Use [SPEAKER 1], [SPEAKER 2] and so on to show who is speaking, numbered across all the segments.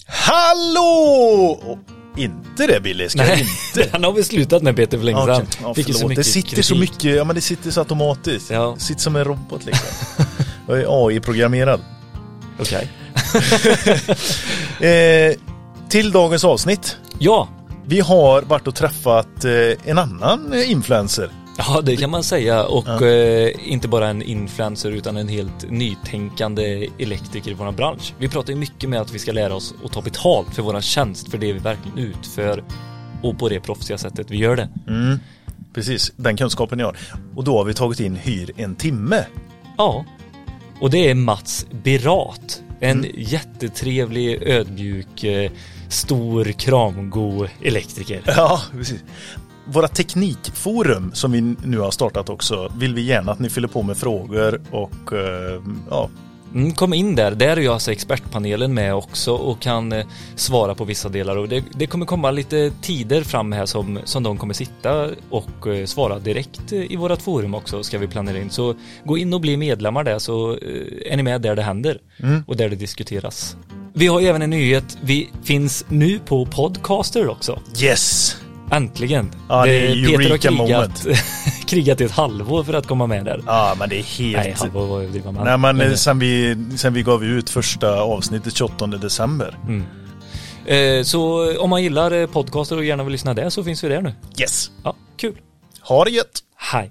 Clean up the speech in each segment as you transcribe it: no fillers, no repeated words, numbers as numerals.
[SPEAKER 1] Hallå! Oh, inte det, Billy, ska jag inte.
[SPEAKER 2] Han har vi slutat med, Peter, för länge sedan.
[SPEAKER 1] Okay. Ja, det sitter kritik. Så mycket, ja men det sitter så automatiskt.
[SPEAKER 2] Ja.
[SPEAKER 1] Det sitter som en robot liksom. Jag är AI-programmerad.
[SPEAKER 2] Okej.
[SPEAKER 1] Till dagens avsnitt.
[SPEAKER 2] Ja.
[SPEAKER 1] Vi har varit och träffat en annan influencer.
[SPEAKER 2] Ja, det kan man säga. Och inte bara en influencer utan en helt nytänkande elektriker i vår bransch. Vi pratar ju mycket med att vi ska lära oss att ta betalt för vår tjänst, för det vi verkligen utför och på det proffsiga sättet vi gör det.
[SPEAKER 1] Mm, precis, den kunskapen jag har. Och då har vi tagit in Hyr en timme.
[SPEAKER 2] Ja, och det är Mats Birat. En jättetrevlig, ödmjuk, stor, kramgo elektriker.
[SPEAKER 1] Ja, precis. Våra teknikforum som vi nu har startat också vill vi gärna att ni fyller på med frågor och ja.
[SPEAKER 2] Kom in där är ju alltså expertpanelen med också och kan svara på vissa delar, och det kommer komma lite tider fram här som de kommer sitta och svara direkt i vårat forum också, ska vi planera in. Så gå in och bli medlemmar där, så är ni med där det händer och där det diskuteras. Vi har ju även en nyhet, vi finns nu på Podcaster också.
[SPEAKER 1] Yes!
[SPEAKER 2] Äntligen.
[SPEAKER 1] Ja, det är
[SPEAKER 2] Peter
[SPEAKER 1] har
[SPEAKER 2] krigat i ett halvår för att komma med där.
[SPEAKER 1] Ja, men det är helt...
[SPEAKER 2] Nej, halvår var det man...
[SPEAKER 1] Nej, men sen vi gav ut första avsnittet 28 december.
[SPEAKER 2] Så om man gillar podcaster och gärna vill lyssna där, så finns vi där nu.
[SPEAKER 1] Yes.
[SPEAKER 2] Ja, kul.
[SPEAKER 1] Ha det gött.
[SPEAKER 2] Hej.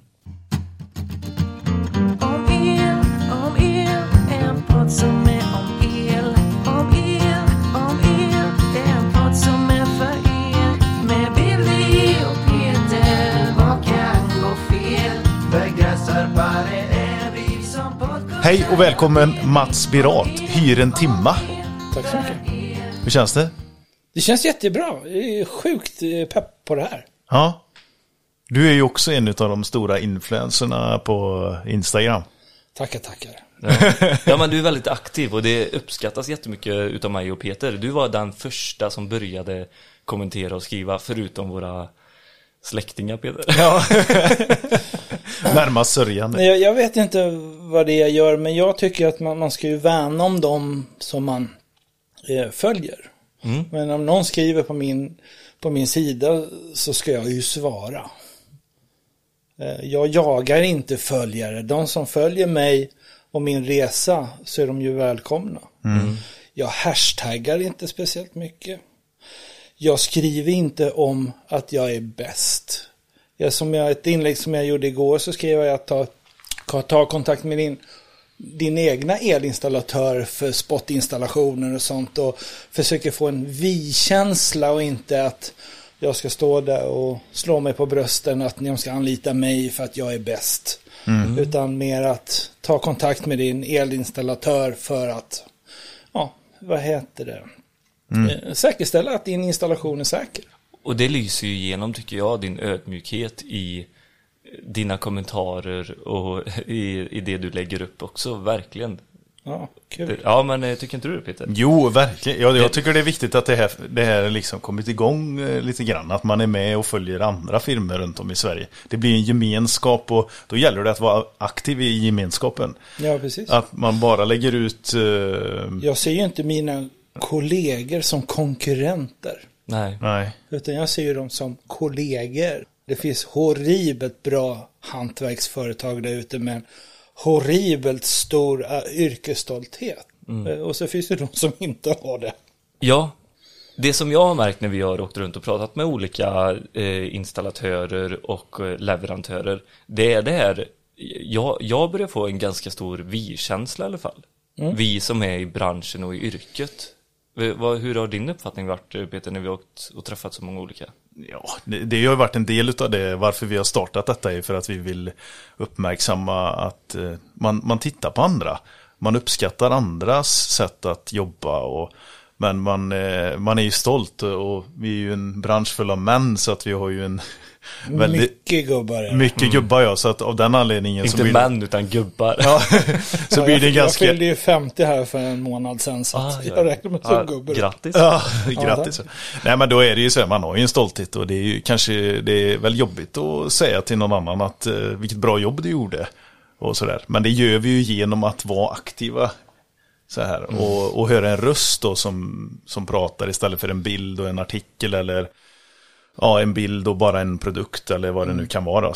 [SPEAKER 3] Om el, en podd som är om el. Om el, det är en podd som är för er. Med Billy och Peter, vad kan gå fel? Begränsar bara är vi som podcast.
[SPEAKER 1] Hej och välkommen Mats Birat, Hyr en timma.
[SPEAKER 4] Tack så mycket.
[SPEAKER 1] Hur känns det?
[SPEAKER 4] Det känns jättebra. Jag är sjukt pepp på det här.
[SPEAKER 1] Ja. Du är ju också en av de stora influencerna på Instagram.
[SPEAKER 4] Tackar.
[SPEAKER 2] Ja, men du är väldigt aktiv och det uppskattas jättemycket utav mig och Peter. Du var den första som började kommentera och skriva, förutom våra släktingar, Peter.
[SPEAKER 1] Ja. Närmast sörjande.
[SPEAKER 4] Jag vet inte vad det är jag gör, men jag tycker att man ska ju värna om dem som man följer. Men om någon skriver på min sida så ska jag ju svara. Jag jagar inte följare. De som följer mig och min resa, så är de ju välkomna. Jag hashtaggar inte speciellt mycket. Jag skriver inte om att jag är bäst. Ett inlägg som jag gjorde igår, så skrev jag att ta kontakt med din egna elinstallatör för spotinstallationer och sånt, och försöker få en vi-känsla och inte att jag ska stå där och slå mig på brösten att ni ska anlita mig för att jag är bäst. Utan mer att ta kontakt med din elinstallatör för att säkerställa att din installation är säker.
[SPEAKER 2] Och det lyser ju igenom, tycker jag, din ödmjukhet i dina kommentarer och i det du lägger upp också, verkligen.
[SPEAKER 4] Ja, kul.
[SPEAKER 2] Ja, men tycker inte du det, Peter?
[SPEAKER 1] Jo, verkligen. Jag tycker det är viktigt att det här liksom kommit igång lite grann. Att man är med och följer andra firmor runt om i Sverige. Det blir en gemenskap, och då gäller det att vara aktiv i gemenskapen.
[SPEAKER 4] Ja, precis.
[SPEAKER 1] Att man bara lägger ut...
[SPEAKER 4] Jag ser ju inte mina kollegor som konkurrenter.
[SPEAKER 2] Nej.
[SPEAKER 4] Utan jag ser ju dem som kollegor. Det finns horribelt bra hantverksföretag där ute med en horribelt stor yrkesstolthet. Och så finns det de som inte har det. Ja,
[SPEAKER 2] det som jag har märkt när vi har åkt runt och pratat med olika installatörer och leverantörer, det är det här, jag börjar få en ganska stor vi-känsla i alla fall. Vi som är i branschen och i yrket. Hur har din uppfattning varit, Peter, när vi har åkt och träffat så många olika?
[SPEAKER 1] Ja, det har ju varit en del av det. Varför vi har startat detta är för att vi vill uppmärksamma att man tittar på andra. Man uppskattar andras sätt att jobba, men man är ju stolt, och vi är ju en bransch full av män, så att vi har ju en väldigt...
[SPEAKER 4] Mycket gubbar.
[SPEAKER 1] Mycket gubbar, ja. Så att av den anledningen...
[SPEAKER 2] Inte män, utan gubbar.
[SPEAKER 1] Ja, så blir det ganska...
[SPEAKER 4] Jag fyllde ju 50 här för en månad sedan, så jag räknar med som gubbar.
[SPEAKER 2] Grattis.
[SPEAKER 1] Ja, grattis. Nej, men då är det ju så, man har ju en stolthet, och det är ju kanske, det är väl jobbigt att säga till någon annan att vilket bra jobb du gjorde och sådär. Men det gör vi ju genom att vara aktiva Så här. Och höra en röst då som pratar istället för en bild och en artikel eller en bild och bara en produkt eller vad det nu kan vara,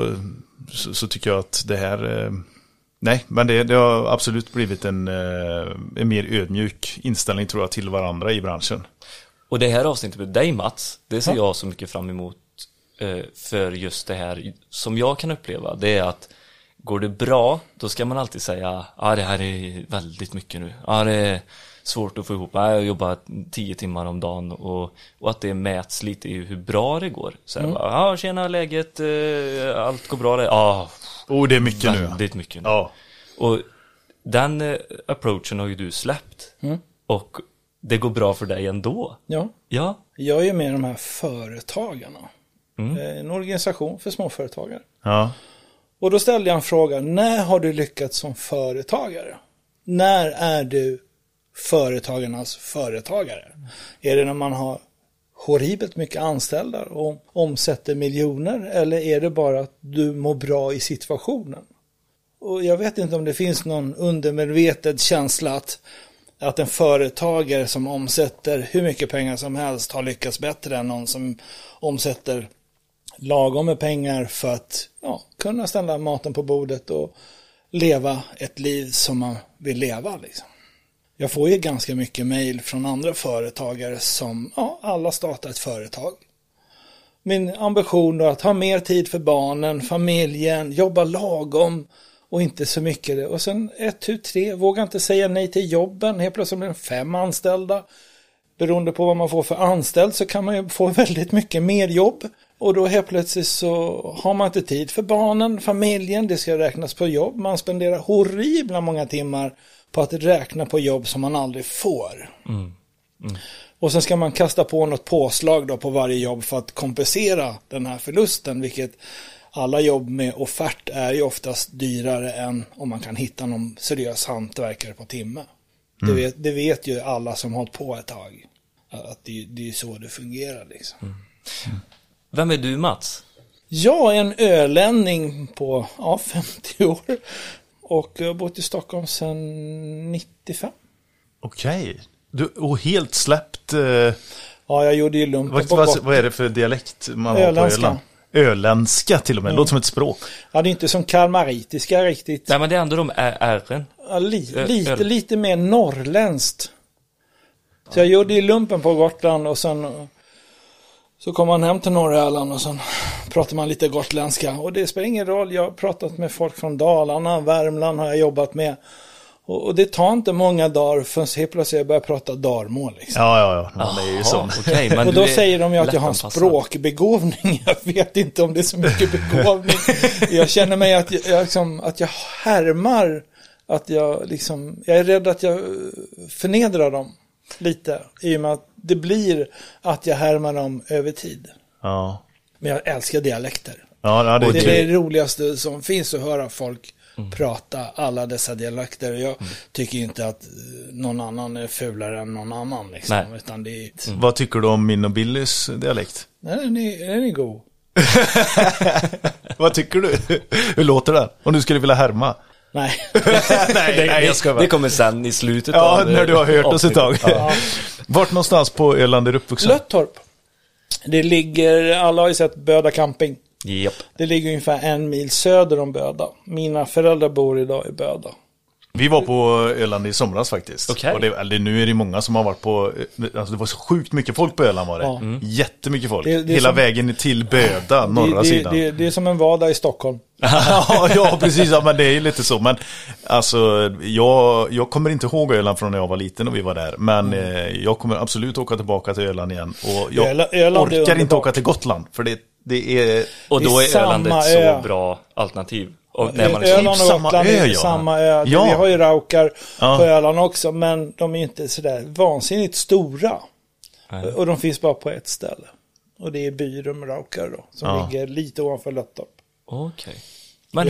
[SPEAKER 1] så tycker jag att det här nej, men det har absolut blivit en mer ödmjuk inställning, tror jag, till varandra i branschen.
[SPEAKER 2] Och det här avsnittet med dig, Mats, det ser jag så mycket fram emot, för just det här som jag kan uppleva, det är att går det bra, då ska man alltid säga det här är väldigt mycket nu. Det är svårt att få ihop. Jag jobbar 10 timmar om dagen och att det mäts lite i hur bra det går. Så här, tjena läget, allt går bra.
[SPEAKER 1] Det är mycket nu.
[SPEAKER 2] Väldigt mycket nu.
[SPEAKER 1] Ja.
[SPEAKER 2] Och den approachen har ju du släppt. Och det går bra för dig ändå.
[SPEAKER 4] Ja. Jag är med de här företagarna. En organisation för småföretagare.
[SPEAKER 1] Ja.
[SPEAKER 4] Och då ställde jag en fråga. När har du lyckats som företagare? När är du företagarnas företagare? Är det när man har horribelt mycket anställda och omsätter miljoner? Eller är det bara att du mår bra i situationen? Och jag vet inte om det finns någon undermedveten känsla att en företagare som omsätter hur mycket pengar som helst har lyckats bättre än någon som omsätter lagom med pengar för att kunna ställa maten på bordet och leva ett liv som man vill leva. Liksom. Jag får ju ganska mycket mejl från andra företagare som alla startar ett företag. Min ambition är att ha mer tid för barnen, familjen, jobba lagom och inte så mycket. Och sen 1, 2, 3, vågar inte säga nej till jobben. Helt plötsligt blir det 5 anställda. Beroende på vad man får för anställd så kan man ju få väldigt mycket mer jobb. Och då helt plötsligt så har man inte tid för barnen, familjen, det ska räknas på jobb. Man spenderar horribla många timmar på att räkna på jobb som man aldrig får. Och sen ska man kasta på något påslag då på varje jobb för att kompensera den här förlusten. Vilket alla jobb med offert är ju oftast dyrare än om man kan hitta någon seriös hantverkare på timme. Det vet ju alla som har hållit på ett tag. Att det är så det fungerar liksom.
[SPEAKER 2] Vem är du, Mats? Jag
[SPEAKER 4] är en ölänning på 50 år. Och jag har bott i Stockholm sedan 95.
[SPEAKER 1] Okej. Och helt släppt...
[SPEAKER 4] Ja, jag gjorde ju lumpen på
[SPEAKER 1] vad är det för dialekt man har
[SPEAKER 4] öländska.
[SPEAKER 1] På Öland? Öländska till och med. Det låter som ett språk.
[SPEAKER 4] Ja, det är inte som kalmaritiska riktigt.
[SPEAKER 2] Nej, men det är ändå de ärren.
[SPEAKER 4] Ja, lite mer norrländskt. Så jag gjorde ju lumpen på Gotland och sen... Så kom man hem till norra Öland och sen pratar man lite gotländska. Och det spelar ingen roll, jag har pratat med folk från Dalarna, Värmland har jag jobbat med. Och det tar inte många dagar förrän helt plötsligt jag börjar prata dalmål. Liksom.
[SPEAKER 1] Ja, det är ju så.
[SPEAKER 2] Okay, men
[SPEAKER 4] och då säger de ju att jag har en språkbegåvning. Jag vet inte om det är så mycket begåvning. Jag känner mig att jag härmar, att jag är rädd att jag förnedrar dem lite. I och med att det blir att jag härmar dem över tid.
[SPEAKER 1] Ja.
[SPEAKER 4] Men jag älskar dialekter.
[SPEAKER 1] Ja,
[SPEAKER 4] det är det roligaste som finns att höra folk prata alla dessa dialekter. Jag tycker inte att någon annan är fulare än någon annan. Liksom, utan det är...
[SPEAKER 1] Vad tycker du om min och Billys dialekt?
[SPEAKER 4] Nej, den är god.
[SPEAKER 1] Vad tycker du? Hur låter det? Om du skulle vilja härma?
[SPEAKER 4] Nej.
[SPEAKER 1] nej, jag ska bara.
[SPEAKER 2] Det kommer sen i slutet
[SPEAKER 1] av när du har hört oss ett tag. Ja. Vart någonstans på Öland är du uppvuxen?
[SPEAKER 4] Löttorp. Det ligger, alla har ju sett Böda camping.
[SPEAKER 2] Yep.
[SPEAKER 4] Det ligger ungefär 1 mil söder om Böda. Mina föräldrar bor idag i Böda.
[SPEAKER 1] Vi var på Öland i somras faktiskt.
[SPEAKER 2] Okay.
[SPEAKER 1] Och nu är det många som har varit på... Alltså det var så sjukt mycket folk på Öland var det. Ja. Jättemycket folk. Det hela som, vägen till Böda, norra sidan.
[SPEAKER 4] Det är som en vardag i Stockholm.
[SPEAKER 1] ja, precis. Ja, men det är ju lite så. Men alltså, jag kommer inte ihåg Öland från när jag var liten och vi var där. Men jag kommer absolut åka tillbaka till Öland igen. Och jag
[SPEAKER 4] Öland
[SPEAKER 1] orkar inte åka till Gotland. För det är...
[SPEAKER 2] Och då är Öland ett så bra alternativ. Och när man
[SPEAKER 4] Öland och Gotland är samma ö. Ja. Vi har ju raukar på Öland också, men de är inte sådär vansinnigt stora. Nej. Och de finns bara på ett ställe. Och det är Byrum raukar då, som ligger lite ovanför Löttorp.
[SPEAKER 2] Okej. Men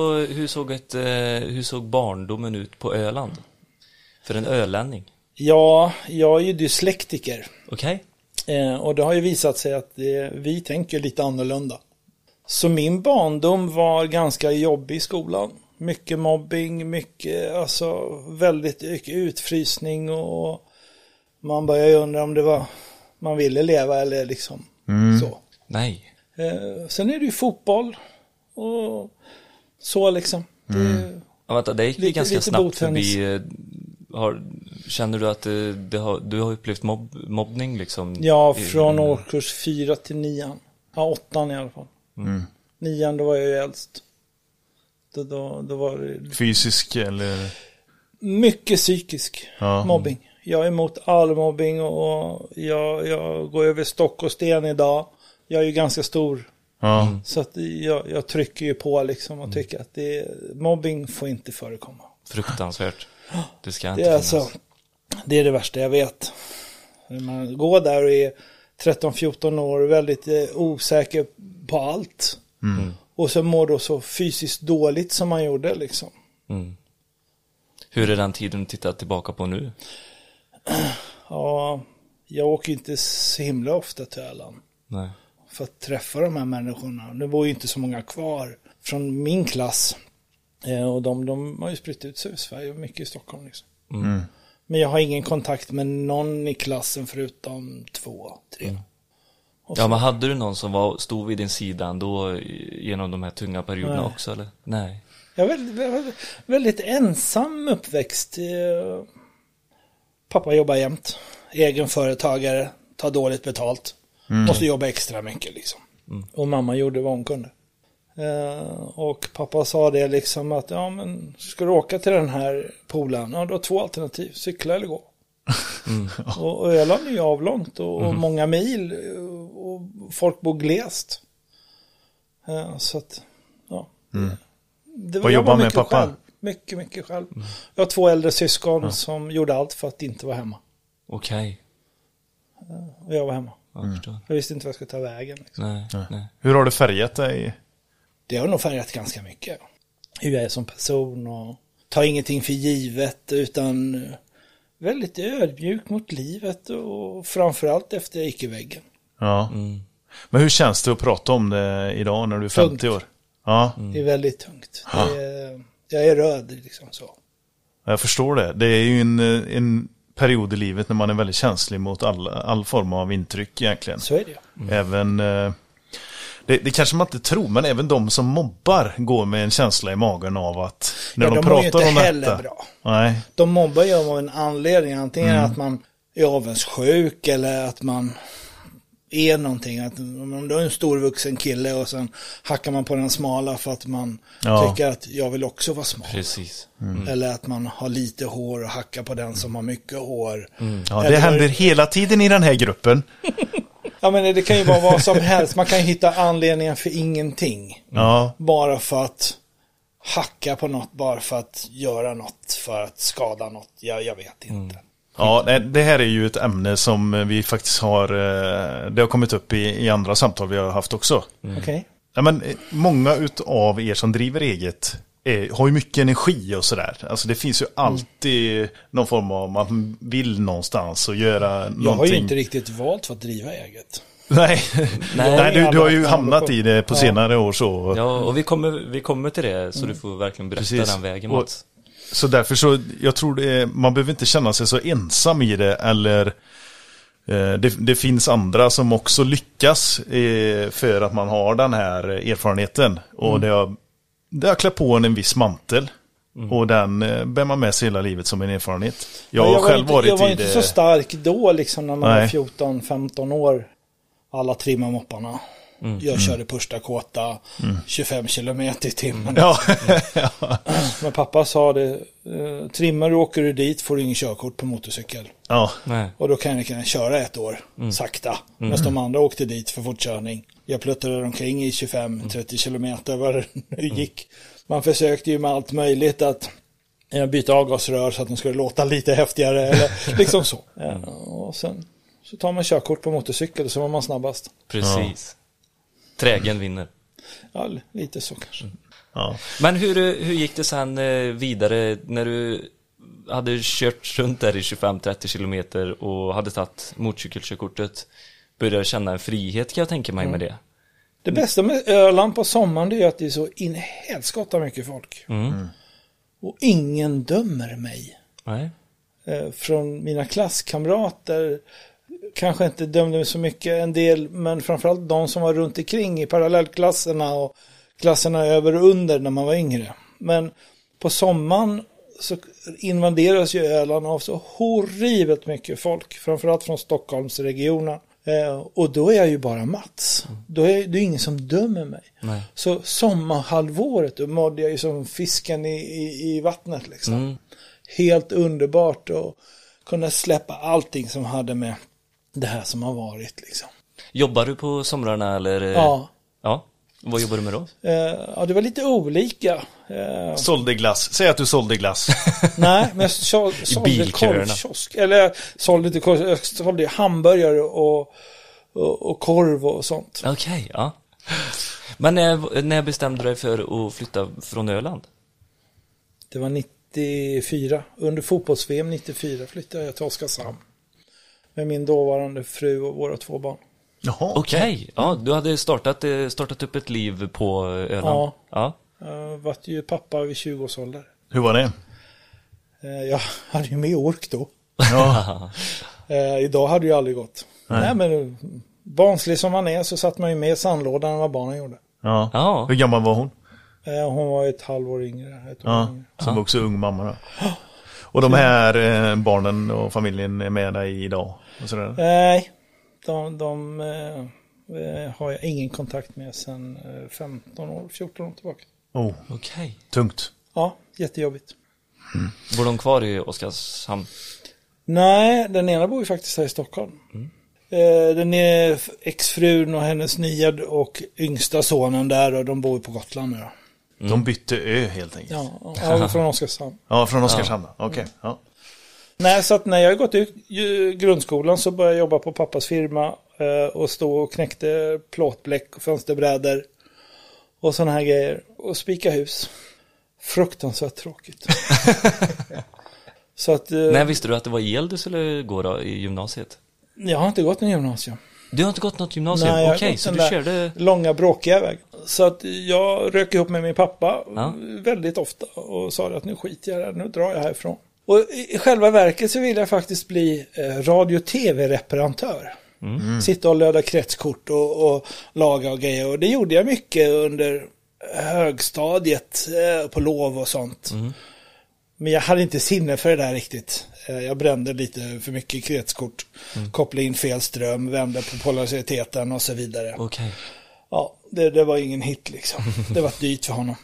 [SPEAKER 2] hur såg barndomen ut på Öland? För en ölänning?
[SPEAKER 4] Ja, jag är ju dyslektiker.
[SPEAKER 2] Okej.
[SPEAKER 4] Och det har ju visat sig att vi tänker lite annorlunda. Så min barndom var ganska jobbig i skolan. Mycket mobbing, mycket, alltså väldigt mycket utfrysning och man börjar ju undra om det var man ville leva eller liksom så.
[SPEAKER 2] Nej.
[SPEAKER 4] Sen är det ju fotboll och så liksom.
[SPEAKER 2] Ja, vänta, det gick ju ganska
[SPEAKER 4] lite
[SPEAKER 2] snabbt
[SPEAKER 4] bottennis.
[SPEAKER 2] förbi. Känner du att du har upplevt mobbning liksom?
[SPEAKER 4] Ja, från årskurs 4 till 9. Ja, 8 i alla fall. 9 då var jag ju äldst. Då var det
[SPEAKER 1] Fysisk eller?
[SPEAKER 4] mycket psykisk mobbing. Jag är emot all mobbing och jag går över stock och sten idag. Jag är ju ganska stor.
[SPEAKER 1] Ja.
[SPEAKER 4] Så att jag trycker ju på liksom och tycker att mobbing får inte förekomma.
[SPEAKER 2] Fruktansvärt. Det ska
[SPEAKER 4] Det
[SPEAKER 2] inte
[SPEAKER 4] är,
[SPEAKER 2] finnas.
[SPEAKER 4] alltså, det är det värsta jag vet. Man går där och är 13-14 år väldigt osäker på allt. Och så mår då så fysiskt dåligt som man gjorde liksom.
[SPEAKER 2] Hur är den tiden du tittar tillbaka på nu?
[SPEAKER 4] Ja, jag åker inte så himla ofta till Öland
[SPEAKER 2] Nej.
[SPEAKER 4] för att träffa de här människorna. Det bor ju inte så många kvar från min klass. Och de har ju spritt ut sig i Sverige, mycket i Stockholm liksom. Men jag har ingen kontakt med någon i klassen förutom 2, 3.
[SPEAKER 2] Ja, men hade du någon som stod vid din sida ändå genom de här tunga perioderna
[SPEAKER 4] Nej.
[SPEAKER 2] också, eller? Nej.
[SPEAKER 4] Jag var väldigt ensam uppväxt. Pappa jobbar jämt. Egen företagare, tar dåligt betalt. Måste jobba extra mycket liksom. Och mamma gjorde vad hon kunde. Och pappa sa det liksom att ja, men ska du åka till den här poolen? Ja, du har 2 alternativ, cykla eller gå. Och Öland är ju avlångt och många mil och folk bor glest. Så att, ja.
[SPEAKER 1] Vad jobbar med pappa?
[SPEAKER 4] Själv. Mycket själv. Jag har 2 äldre syskon som gjorde allt för att inte vara hemma.
[SPEAKER 2] Okej.
[SPEAKER 4] Och jag var hemma.
[SPEAKER 2] Jag förstår.
[SPEAKER 4] Jag visste inte vad jag skulle ta vägen. Liksom.
[SPEAKER 2] Nej.
[SPEAKER 1] Hur har du färgat dig?
[SPEAKER 4] Det har nog färgat ganska mycket. Hur jag är som person och tar ingenting för givet utan väldigt ödmjuk mot livet och framförallt efter jag gick i väggen.
[SPEAKER 1] Ja. Men hur känns det att prata om det idag när du är 50 år? Ja.
[SPEAKER 4] Det är väldigt tungt. Jag är röd liksom så.
[SPEAKER 1] Jag förstår det. Det är ju en period i livet när man är väldigt känslig mot all form av intryck egentligen.
[SPEAKER 4] Så är det ju.
[SPEAKER 1] Även det kanske man inte tror, men även de som mobbar går med en känsla i magen av att när de pratar om detta.
[SPEAKER 4] Bra.
[SPEAKER 1] Nej.
[SPEAKER 4] De mobbar ju av en anledning, antingen att man är avundsjuk eller att man är någonting, att om du är en stor vuxen kille och sen hackar man på den smala för att man tycker att jag vill också vara smal.
[SPEAKER 2] Precis.
[SPEAKER 4] Eller att man har lite hår och hackar på den som har mycket hår.
[SPEAKER 1] Ja, det händer hela tiden i den här gruppen.
[SPEAKER 4] Ja, men det kan ju vara vad som helst. Man kan ju hitta anledningen för ingenting.
[SPEAKER 1] Ja.
[SPEAKER 4] Bara för att hacka på något, bara för att göra något, för att skada något. Jag vet inte.
[SPEAKER 1] Ja, det här är ju ett ämne som vi faktiskt har, det har kommit upp i andra samtal vi har haft också.
[SPEAKER 4] Okej.
[SPEAKER 1] Ja, men många utav er som driver eget har ju mycket energi och sådär. Alltså det finns ju alltid någon form av, man vill någonstans och göra någonting.
[SPEAKER 4] Jag har ju inte riktigt valt för att driva eget.
[SPEAKER 1] Nej, du har ju hamnat
[SPEAKER 4] på
[SPEAKER 1] i det på senare år så.
[SPEAKER 2] Ja, och vi kommer till det, så du får verkligen berätta den vägen, Mats.
[SPEAKER 1] Så därför så, jag tror man behöver inte känna sig så ensam i det, eller det finns andra som också lyckas för att man har den här erfarenheten. Och det har klätt på en viss mantel. Och den bär man med sig hela livet som en erfarenhet. Jag har själv varit i det.
[SPEAKER 4] Jag var inte så stark då liksom när man var 14-15 år. Alla trimmar mopparna. Jag körde första kåta 25 kilometer i timmen.
[SPEAKER 1] Ja.
[SPEAKER 4] Men pappa sa det, trimmar du åker du dit får du ingen körkort på motorcykel.
[SPEAKER 1] Ja.
[SPEAKER 2] Nej.
[SPEAKER 4] Och då kan jag köra 1 år, sakta. Medan de andra åkte dit för fortkörning. Jag pluttade omkring i 25-30 kilometer vad det gick. Man försökte ju med allt möjligt att byta avgasrör så att de skulle låta lite häftigare. Eller liksom så. Och sen så tar man körkort på motorcykel så var man snabbast.
[SPEAKER 2] Precis. Trägen vinner.
[SPEAKER 4] Ja, lite så kanske.
[SPEAKER 1] Ja.
[SPEAKER 2] Men hur gick det sen vidare när du hade kört runt där i 25-30 kilometer och hade tagit motorcykelkörkortet? Började känna en frihet, kan jag tänka mig, med det.
[SPEAKER 4] Det bästa med Öland på sommaren det är att det är så inhelskotta mycket folk. Och ingen dömer mig.
[SPEAKER 2] Nej.
[SPEAKER 4] Från mina klasskamrater kanske inte dömde mig så mycket, en del, men framförallt de som var runt omkring i parallellklasserna och klasserna över och under när man var yngre. Men på sommaren så invaderas ju Öland av så horribelt mycket folk, framförallt från Stockholmsregionen. Och då är jag ju bara Mats. Då är det ingen som dömer mig.
[SPEAKER 2] Nej.
[SPEAKER 4] Så sommarhalvåret då mådde jag ju som fisken i vattnet liksom. Helt underbart att kunna släppa allting som hade med det här som har varit liksom.
[SPEAKER 2] Jobbar du på somrarna eller?
[SPEAKER 4] Ja.
[SPEAKER 2] Ja. Vad jobbar du med då?
[SPEAKER 4] Ja, det var lite olika.
[SPEAKER 1] Sålde glass. Säg att du sålde glass.
[SPEAKER 4] Nej, men jag sålde korvkiosk. Eller jag sålde inte korv, jag sålde hamburgare och korv och sånt.
[SPEAKER 2] Okej, ja. Men när bestämde du dig för att flytta från Öland?
[SPEAKER 4] Det var 94. Under fotbolls-VM 94 flyttade jag till Oskarshamn. Med min dåvarande fru och våra 2 barn.
[SPEAKER 1] Jaha.
[SPEAKER 2] Okej, ja, du hade startat upp ett liv på Öland. Ja.
[SPEAKER 4] Jag var ju pappa vid 20 års ålder.
[SPEAKER 1] Hur var det?
[SPEAKER 4] Jag hade ju med ork då.
[SPEAKER 1] Ja.
[SPEAKER 4] Idag hade ju aldrig gått. Nej, men barnslig som man är så satt man ju med i sandlådan vad barnen gjorde.
[SPEAKER 1] Ja.
[SPEAKER 2] Ja.
[SPEAKER 1] Hur gammal var hon?
[SPEAKER 4] Hon var ett halvår yngre.
[SPEAKER 1] Som också ung mamma då. Och de här barnen och familjen är med dig idag? Och sådär.
[SPEAKER 4] Nej, de har jag ingen kontakt med sedan 14 år tillbaka.
[SPEAKER 2] Okej.
[SPEAKER 1] Tungt.
[SPEAKER 4] Ja, jättejobbigt.
[SPEAKER 2] Bor de kvar i Oskarshamn?
[SPEAKER 4] Nej, den ena bor ju faktiskt här i Stockholm. Den är exfrun och hennes nya och yngsta sonen där och de bor på Gotland nu då.
[SPEAKER 1] De bytte ö helt enkelt.
[SPEAKER 4] Ja, från Oskarshamn.
[SPEAKER 1] Ja, från Oskarshamn. Okej. Ja.
[SPEAKER 4] Nej, så att när jag gått ut grundskolan så började jag jobba på pappas firma och stå och knäckte plåtbläck och fönsterbrädor och såna här grejer och spika hus. Fruktansvärt tråkigt. Så att,
[SPEAKER 2] när visste du att det var el du skulle gå då i gymnasiet?
[SPEAKER 4] Jag har inte gått någon gymnasium.
[SPEAKER 2] Du har inte gått något gymnasium?
[SPEAKER 4] Nej,
[SPEAKER 2] okej, så du körde
[SPEAKER 4] långa bråkiga väg. Så att jag rök ihop med min pappa väldigt ofta och sa att nu skiter jag där, nu drar jag härifrån. Och i själva verket så vill jag faktiskt bli radio-tv-reparantör. Sitta och löda kretskort och laga och grejer. Och det gjorde jag mycket under högstadiet på lov och sånt. Men jag hade inte sinne för det där riktigt. Jag brände lite för mycket kretskort. Kopplade in fel ström, vände på polariteten och så vidare.
[SPEAKER 2] Okej.
[SPEAKER 4] Ja, det var ingen hit liksom. Det var dyrt för honom.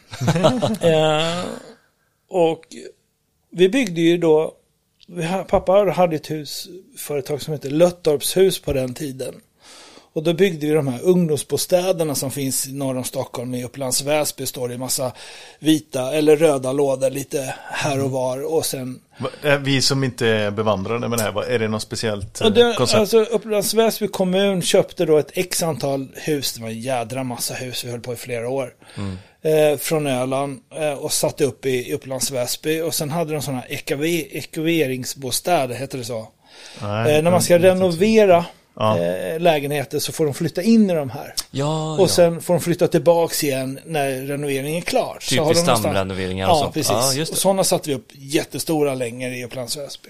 [SPEAKER 4] Och vi byggde ju då, pappa hade ett företag som heter Löttorpshus på den tiden. Och då byggde vi de här ungdomsbostäderna som finns norr om Stockholm i Upplands Väsby, står det i massa vita eller röda lådor lite här och var. Och sen...
[SPEAKER 1] Vi som inte är bevandrade med det här, är det något speciellt koncept?
[SPEAKER 4] Alltså Upplands Väsby kommun köpte då ett x antal hus, det var en jädra massa hus, vi höll på i flera år. Från Öland och satte upp i Upplands Väsby. Och sen hade de sådana ekaveringsbostäder, heter det så. Nej, när man ska renovera lägenheter så får de flytta in i de här. Och sen får de flytta tillbaks igen när renoveringen är klar.
[SPEAKER 2] Typiskt stamrenoveringar och sånt.
[SPEAKER 4] Precis.
[SPEAKER 2] Ja, just det.
[SPEAKER 4] Och sådana satte vi upp jättestora längor i Upplands Väsby.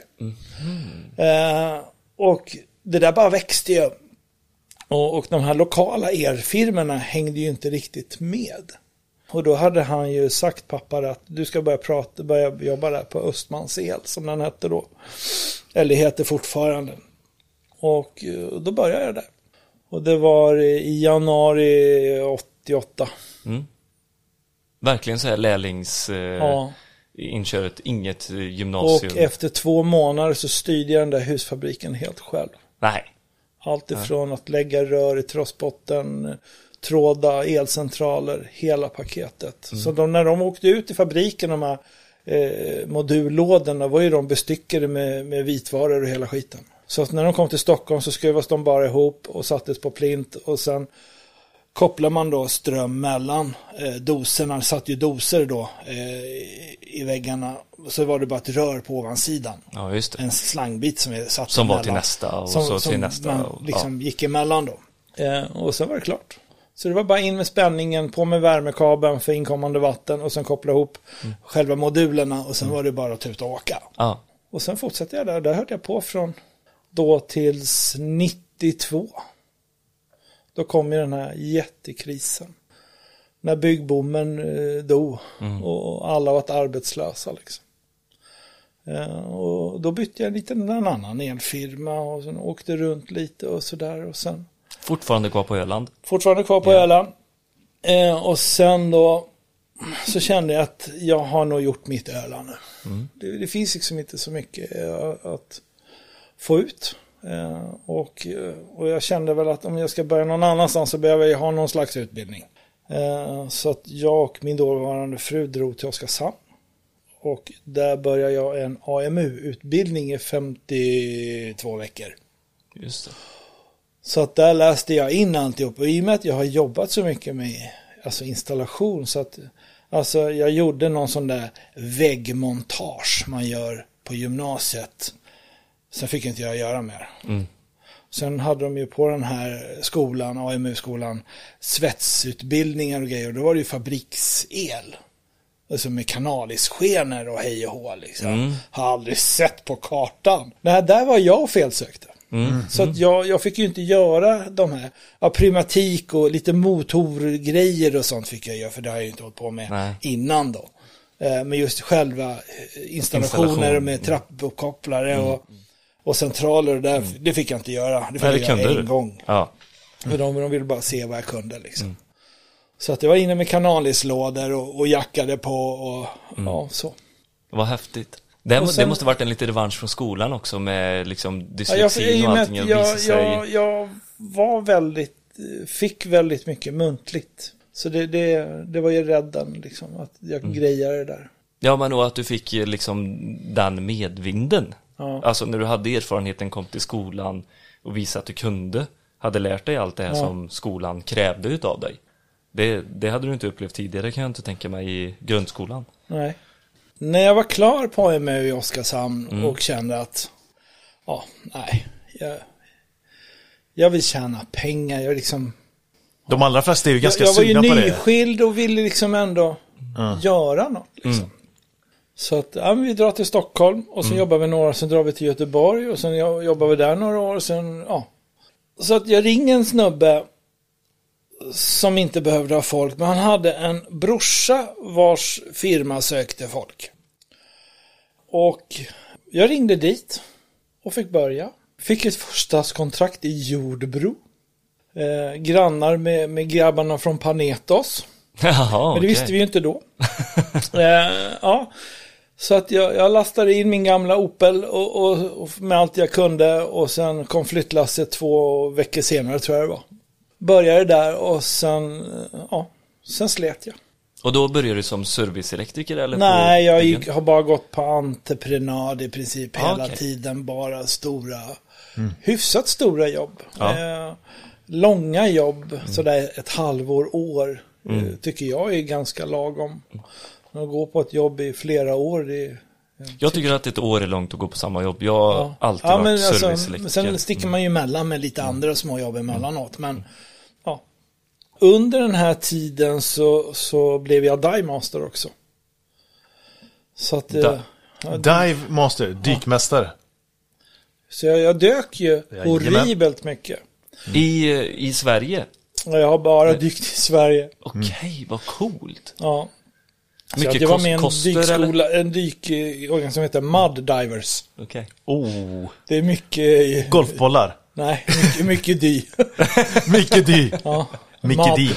[SPEAKER 4] Och det där bara växte ju. Och de här lokala elfirmorna hängde ju inte riktigt med. Och då hade han ju sagt pappa att du ska börja jobba där på Östmans el som den hette då. Eller heter fortfarande. Och då började jag där. Och det var i januari 88.
[SPEAKER 2] Verkligen så här lärlings inköret, inget gymnasium.
[SPEAKER 4] Och efter 2 månader så styrde jag den där husfabriken helt själv.
[SPEAKER 2] Nej.
[SPEAKER 4] Allt ifrån att lägga rör i trossbotten, tråda, elcentraler, hela paketet. Så när de åkte ut i fabriken, de här modullådorna, var ju de bestyckade med vitvaror och hela skiten. Så att när de kom till Stockholm så skruvas de bara ihop och sattes på plint och sen kopplar man då ström mellan doserna. Det satt ju doser då i väggarna. Så var det bara ett rör på ovansidan.
[SPEAKER 2] Ja, just det.
[SPEAKER 4] En slangbit som är satt
[SPEAKER 2] som
[SPEAKER 4] emellan.
[SPEAKER 2] var till nästa och
[SPEAKER 4] som
[SPEAKER 2] till nästa.
[SPEAKER 4] Man liksom gick emellan då. Och sen var det klart. Så det var bara in med spänningen, på med värmekabeln för inkommande vatten och sen koppla ihop själva modulerna och sen var det bara att ta ut och åka.
[SPEAKER 2] Ja.
[SPEAKER 4] Och sen fortsatte jag där. Där hörde jag på från då tills 92. Då kom ju den här jättekrisen. När byggboomen dog och alla var arbetslösa liksom. Och då bytte jag lite en annan elfirma och sen åkte runt lite och sådär och sen
[SPEAKER 2] Fortfarande kvar på Öland.
[SPEAKER 4] fortfarande kvar på Öland. Och sen då så kände jag att jag har nog gjort mitt Öland nu. Det finns liksom inte så mycket att få ut. Och jag kände väl att om jag ska börja någon annanstans så behöver jag ha någon slags utbildning. Så att jag och min dåvarande fru drog till Oskarshamn. Och där började jag en AMU-utbildning i 52 veckor.
[SPEAKER 2] Just det.
[SPEAKER 4] Så att där läste jag in alltihop. Och i och med att jag har jobbat så mycket med installation så att jag gjorde någon sån där väggmontage man gör på gymnasiet. Sen fick inte jag göra mer. Sen hade de ju på den här skolan, AMU-skolan, svetsutbildningar och grejer. Och då var det ju fabriksel. Alltså med kanalisskenor och hej och hå liksom. Har aldrig sett på kartan. Nej, där var jag felsökte. Så att jag fick ju inte göra de här pneumatik och lite motorgrejer och sånt fick jag göra. För det har jag ju inte hållit på med innan då. Men just själva installationer med trappuppkopplare och centraler och där, det fick jag inte göra. Det fick jag göra en gång. Ja. För de ville bara se vad jag kunde liksom. Så att det var inne med kanalislådor och jackade på och ja, så.
[SPEAKER 2] Vad häftigt. Det måste varit en liten revansch från skolan också med liksom dyslexin och allting.
[SPEAKER 4] Jag var fick väldigt mycket muntligt. Så det var ju rädden liksom, att jag grejade det där.
[SPEAKER 2] Ja, men och att du fick liksom den medvinden. Ja. Alltså när du hade erfarenheten, kom till skolan och visade att du hade lärt dig allt det här som skolan krävde utav dig. Det hade du inte upplevt tidigare, kan jag inte tänka mig, i grundskolan. Nej.
[SPEAKER 4] När jag var klar på AMU i Oskarshamn och kände att jag vill tjäna pengar. Jag liksom,
[SPEAKER 1] de allra flesta är ju ganska sugna på det.
[SPEAKER 4] Jag var ju nyskild och ville liksom ändå göra något. Liksom. Så att vi drar till Stockholm och sen jobbar vi några år, sen drar vi till Göteborg och sen jobbar vi där några år och sen, Så att jag ringer en snubbe som inte behövde ha folk, men han hade en brorsa vars firma sökte folk. Och jag ringde dit och fick börja. Fick ett förstakontrakt i Jordbro. Grannar med grabbarna från Panetos.
[SPEAKER 2] Jaha,
[SPEAKER 4] men det visste vi ju inte då. Så att jag lastade in min gamla Opel och med allt jag kunde och sen kom flyttlasset 2 veckor senare tror jag det var. Började där och sen slet jag.
[SPEAKER 2] Och då började du som serviceelektriker eller?
[SPEAKER 4] Nej, jag har bara gått på entreprenad i princip hela tiden. Bara hyfsat stora jobb. Långa jobb, sådär ett halvår, år. Tycker jag är ganska lagom. Att gå på ett jobb i flera år,
[SPEAKER 2] jag tycker att ett år är långt att gå på samma jobb. Jag har alltid varit serviceelektriker.
[SPEAKER 4] Sen sticker man ju emellan med lite andra små jobb emellanåt. Men under den här tiden så blev jag dive master också. Så att
[SPEAKER 1] dive master, dykmästare.
[SPEAKER 4] Så jag dök ju horribelt mycket.
[SPEAKER 2] I Sverige?
[SPEAKER 4] Jag har bara dykt i Sverige.
[SPEAKER 2] Okej, vad coolt.
[SPEAKER 4] Ja.
[SPEAKER 2] Mycket
[SPEAKER 4] jag var med en dykorganisation som heter Mud Divers.
[SPEAKER 2] Okej.
[SPEAKER 4] Det är mycket
[SPEAKER 1] golfbollar.
[SPEAKER 4] Nej, mycket dy.
[SPEAKER 1] Mycket dy. Mycket dy.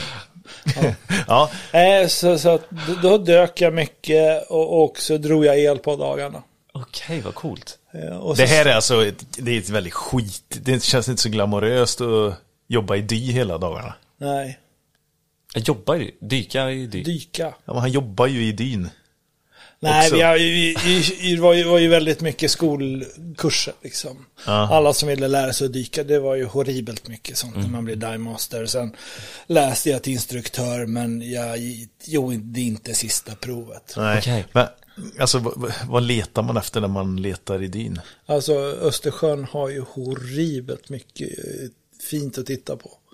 [SPEAKER 4] Så att då dök jag mycket och så drog jag el på dagarna.
[SPEAKER 2] Okej, vad coolt.
[SPEAKER 1] Det här är alltså det är ett väldigt skit. Det känns inte så glamoröst att jobba i dy hela dagarna.
[SPEAKER 4] Nej.
[SPEAKER 2] Jobba i dyka i dy.
[SPEAKER 4] Dyka.
[SPEAKER 1] Ja, men han jobbar ju i dyn.
[SPEAKER 4] Nej, det var ju väldigt mycket skolkurser liksom. Alla som ville lära sig att dyka, det var ju horribelt mycket sånt när man blev dive master. Sen läste jag till instruktör, men jag gjorde inte sista provet.
[SPEAKER 1] Nej. Okay. Men alltså, vad letar man efter när man letar i dyn?
[SPEAKER 4] Alltså, Östersjön har ju horribelt mycket fint att titta på.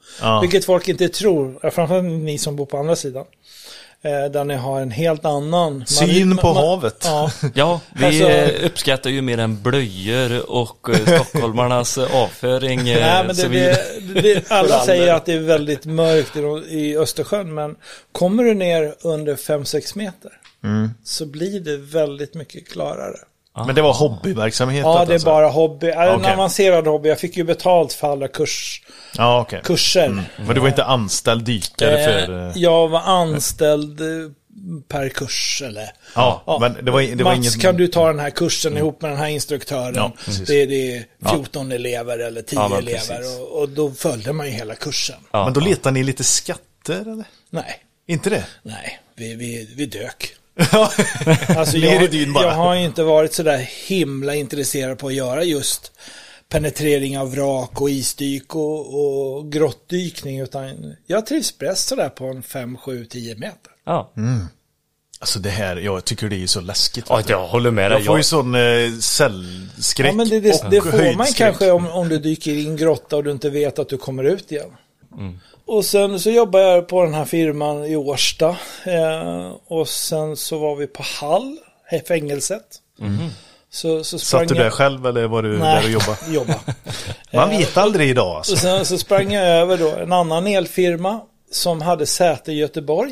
[SPEAKER 1] Ja.
[SPEAKER 4] Vilket folk inte tror, framförallt ni som bor på andra sidan. Där ni har en helt annan
[SPEAKER 1] syn på havet.
[SPEAKER 4] Ja,
[SPEAKER 2] Ja, vi
[SPEAKER 4] Alltså-
[SPEAKER 2] uppskattar ju mer än blöjor och stockholmarnas avföring.
[SPEAKER 4] Nej, men
[SPEAKER 2] så
[SPEAKER 4] alla säger att det är väldigt mörkt i Östersjön, men kommer du ner under 5-6 meter så blir det väldigt mycket klarare.
[SPEAKER 1] Men det var hobbyverksamhet?
[SPEAKER 4] Ja, det är
[SPEAKER 1] alltså.
[SPEAKER 4] bara hobby. En
[SPEAKER 1] Okej.
[SPEAKER 4] avancerad hobby. Jag fick ju betalt för alla
[SPEAKER 1] Ja, okej.
[SPEAKER 4] kurser.
[SPEAKER 1] Men du var inte anställd dykare för...
[SPEAKER 4] Jag var anställd per kurs eller...
[SPEAKER 1] Ja, men det var
[SPEAKER 4] Mats,
[SPEAKER 1] inget...
[SPEAKER 4] kan du ta den här kursen ihop med den här instruktören?
[SPEAKER 1] Ja, precis.
[SPEAKER 4] det är 14 elever eller 10
[SPEAKER 2] Ja, men
[SPEAKER 4] elever
[SPEAKER 2] precis.
[SPEAKER 4] och då följde man ju hela kursen.
[SPEAKER 2] Ja,
[SPEAKER 1] Men då letar ni lite skatter, eller?
[SPEAKER 4] Nej,
[SPEAKER 1] Inte det?
[SPEAKER 4] vi dök.
[SPEAKER 1] Ja.
[SPEAKER 4] Alltså
[SPEAKER 1] Ner i dyn bara.
[SPEAKER 4] jag har ju inte varit så där himla intresserad på att göra just penetrering av vrak och isdyk och grottdykning, utan jag trivs bäst sådär på en 5, 7, 10 meter.
[SPEAKER 2] ja.
[SPEAKER 1] Alltså det här, jag tycker det är så läskigt.
[SPEAKER 2] Ja,
[SPEAKER 1] vet du.
[SPEAKER 2] jag håller med dig.
[SPEAKER 1] Jag får ju sån cellskräck
[SPEAKER 4] Ja, men det
[SPEAKER 1] och
[SPEAKER 4] får man
[SPEAKER 1] höjdskräck.
[SPEAKER 4] kanske om du dyker i en grotta och du inte vet att du kommer ut igen. Och sen så jobbar jag på den här firman i Årsta. Och sen så var vi på Hall, fängelset. Så sprang
[SPEAKER 1] Satt du där själv eller var du där och jobbade?
[SPEAKER 4] jobba.
[SPEAKER 1] Man vet aldrig idag alltså.
[SPEAKER 4] Och sen så sprang jag över då en annan elfirma som hade säte i Göteborg.